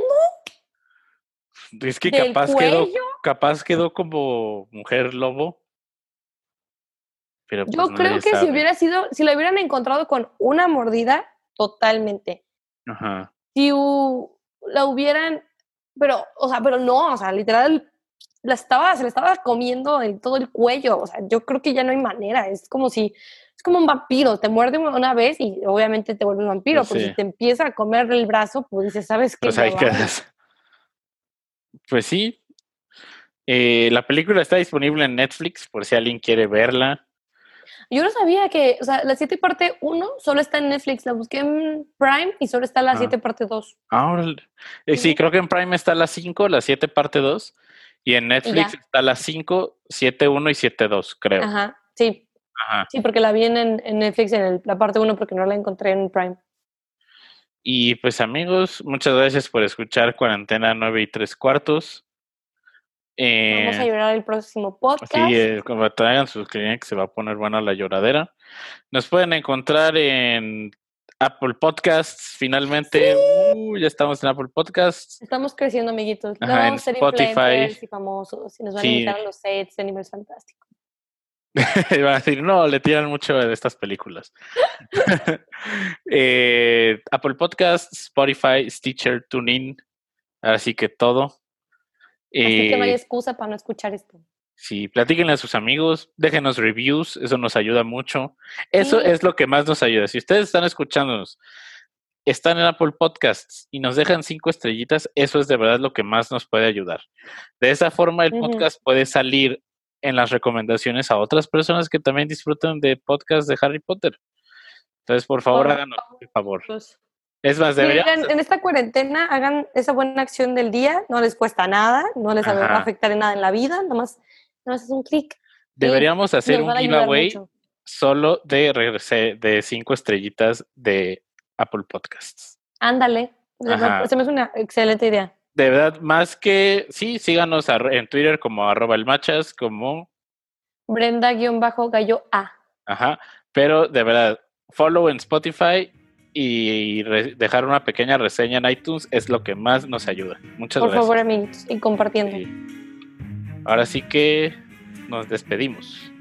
Es que del capaz quedó, cuello. capaz quedó como mujer lobo. Pero pues Yo creo nadie que si sabe. hubiera sido, si la hubieran encontrado con una mordida, totalmente. Ajá. Si u- la hubieran, pero, o sea, pero no, o sea, literal, la estaba, se la estaba comiendo en todo el cuello, o sea, yo creo que ya no hay manera, es como si, es como un vampiro, te muerde una vez y obviamente te vuelve un vampiro, Pues pero sí. si te empieza a comer el brazo, pues dices, ¿sabes qué? Pues Ya ahí va. quedas. Pues sí. Eh, la película está disponible en Netflix por si alguien quiere verla. Yo no sabía que, o sea, la siete parte uno solo está en Netflix, la busqué en Prime y solo está la Ah. siete parte dos. Ahora, eh, sí, Ujú. creo que en Prime está la cinco, la siete parte dos, y en Y Netflix ya. está la cinco, siete uno y siete dos, creo. Ajá, sí. Ajá. Sí, porque la vi en, en Netflix en el- la parte uno porque no la encontré en Prime. Y pues amigos, muchas gracias por escuchar Cuarentena nueve y tres cuartos. Vamos a Eh, llorar el próximo sí, podcast. eh, como traigan sus clientes, que se va a poner buena la lloradera. Nos pueden encontrar en Apple Podcasts, finalmente. Uh, ya estamos en Apple Podcasts. Estamos creciendo, amiguitos. Luego Ajá, en vamos a ser Spotify. influencers y famosos y nos van a Sí, invitar a los sets de Animales Fantásticos. van a decir, no, le tiran mucho de estas películas. eh, Apple Podcasts, Spotify, Stitcher, TuneIn, así que todo. Así que no hay Eh, excusa para no escuchar esto. sí, platíquenle a sus amigos, déjenos reviews, eso nos ayuda mucho. Eso Sí. es lo que más nos ayuda. Si ustedes están escuchándonos, están en Apple Podcasts y nos dejan cinco estrellitas, eso es de verdad lo que más nos puede ayudar. De esa forma, el Ujú. podcast puede salir en las recomendaciones a otras personas que también disfrutan de podcasts de Harry Potter. Entonces, por favor, Por háganos el favor. favor. Es más, Sí, deberíamos... oigan, en esta cuarentena hagan esa buena acción del día, no les cuesta nada, no les va a Ajá. afectar en nada en la vida, nomás, nomás es un clic. Deberíamos y hacer nos un van a ayudar giveaway mucho. solo de, regrese- de cinco estrellitas de Apple Podcasts. Ándale, Ajá. se me hace una excelente idea. De verdad, más que... Sí, síganos a- en Twitter como arroba el machas, como... Brenda-gallo A. Ajá. Pero de verdad, follow en Spotify y re- dejar una pequeña reseña en iTunes es lo que más nos ayuda. Muchas Por gracias. favor, amiguitos, y compartiendo. Sí. Ahora sí que nos despedimos.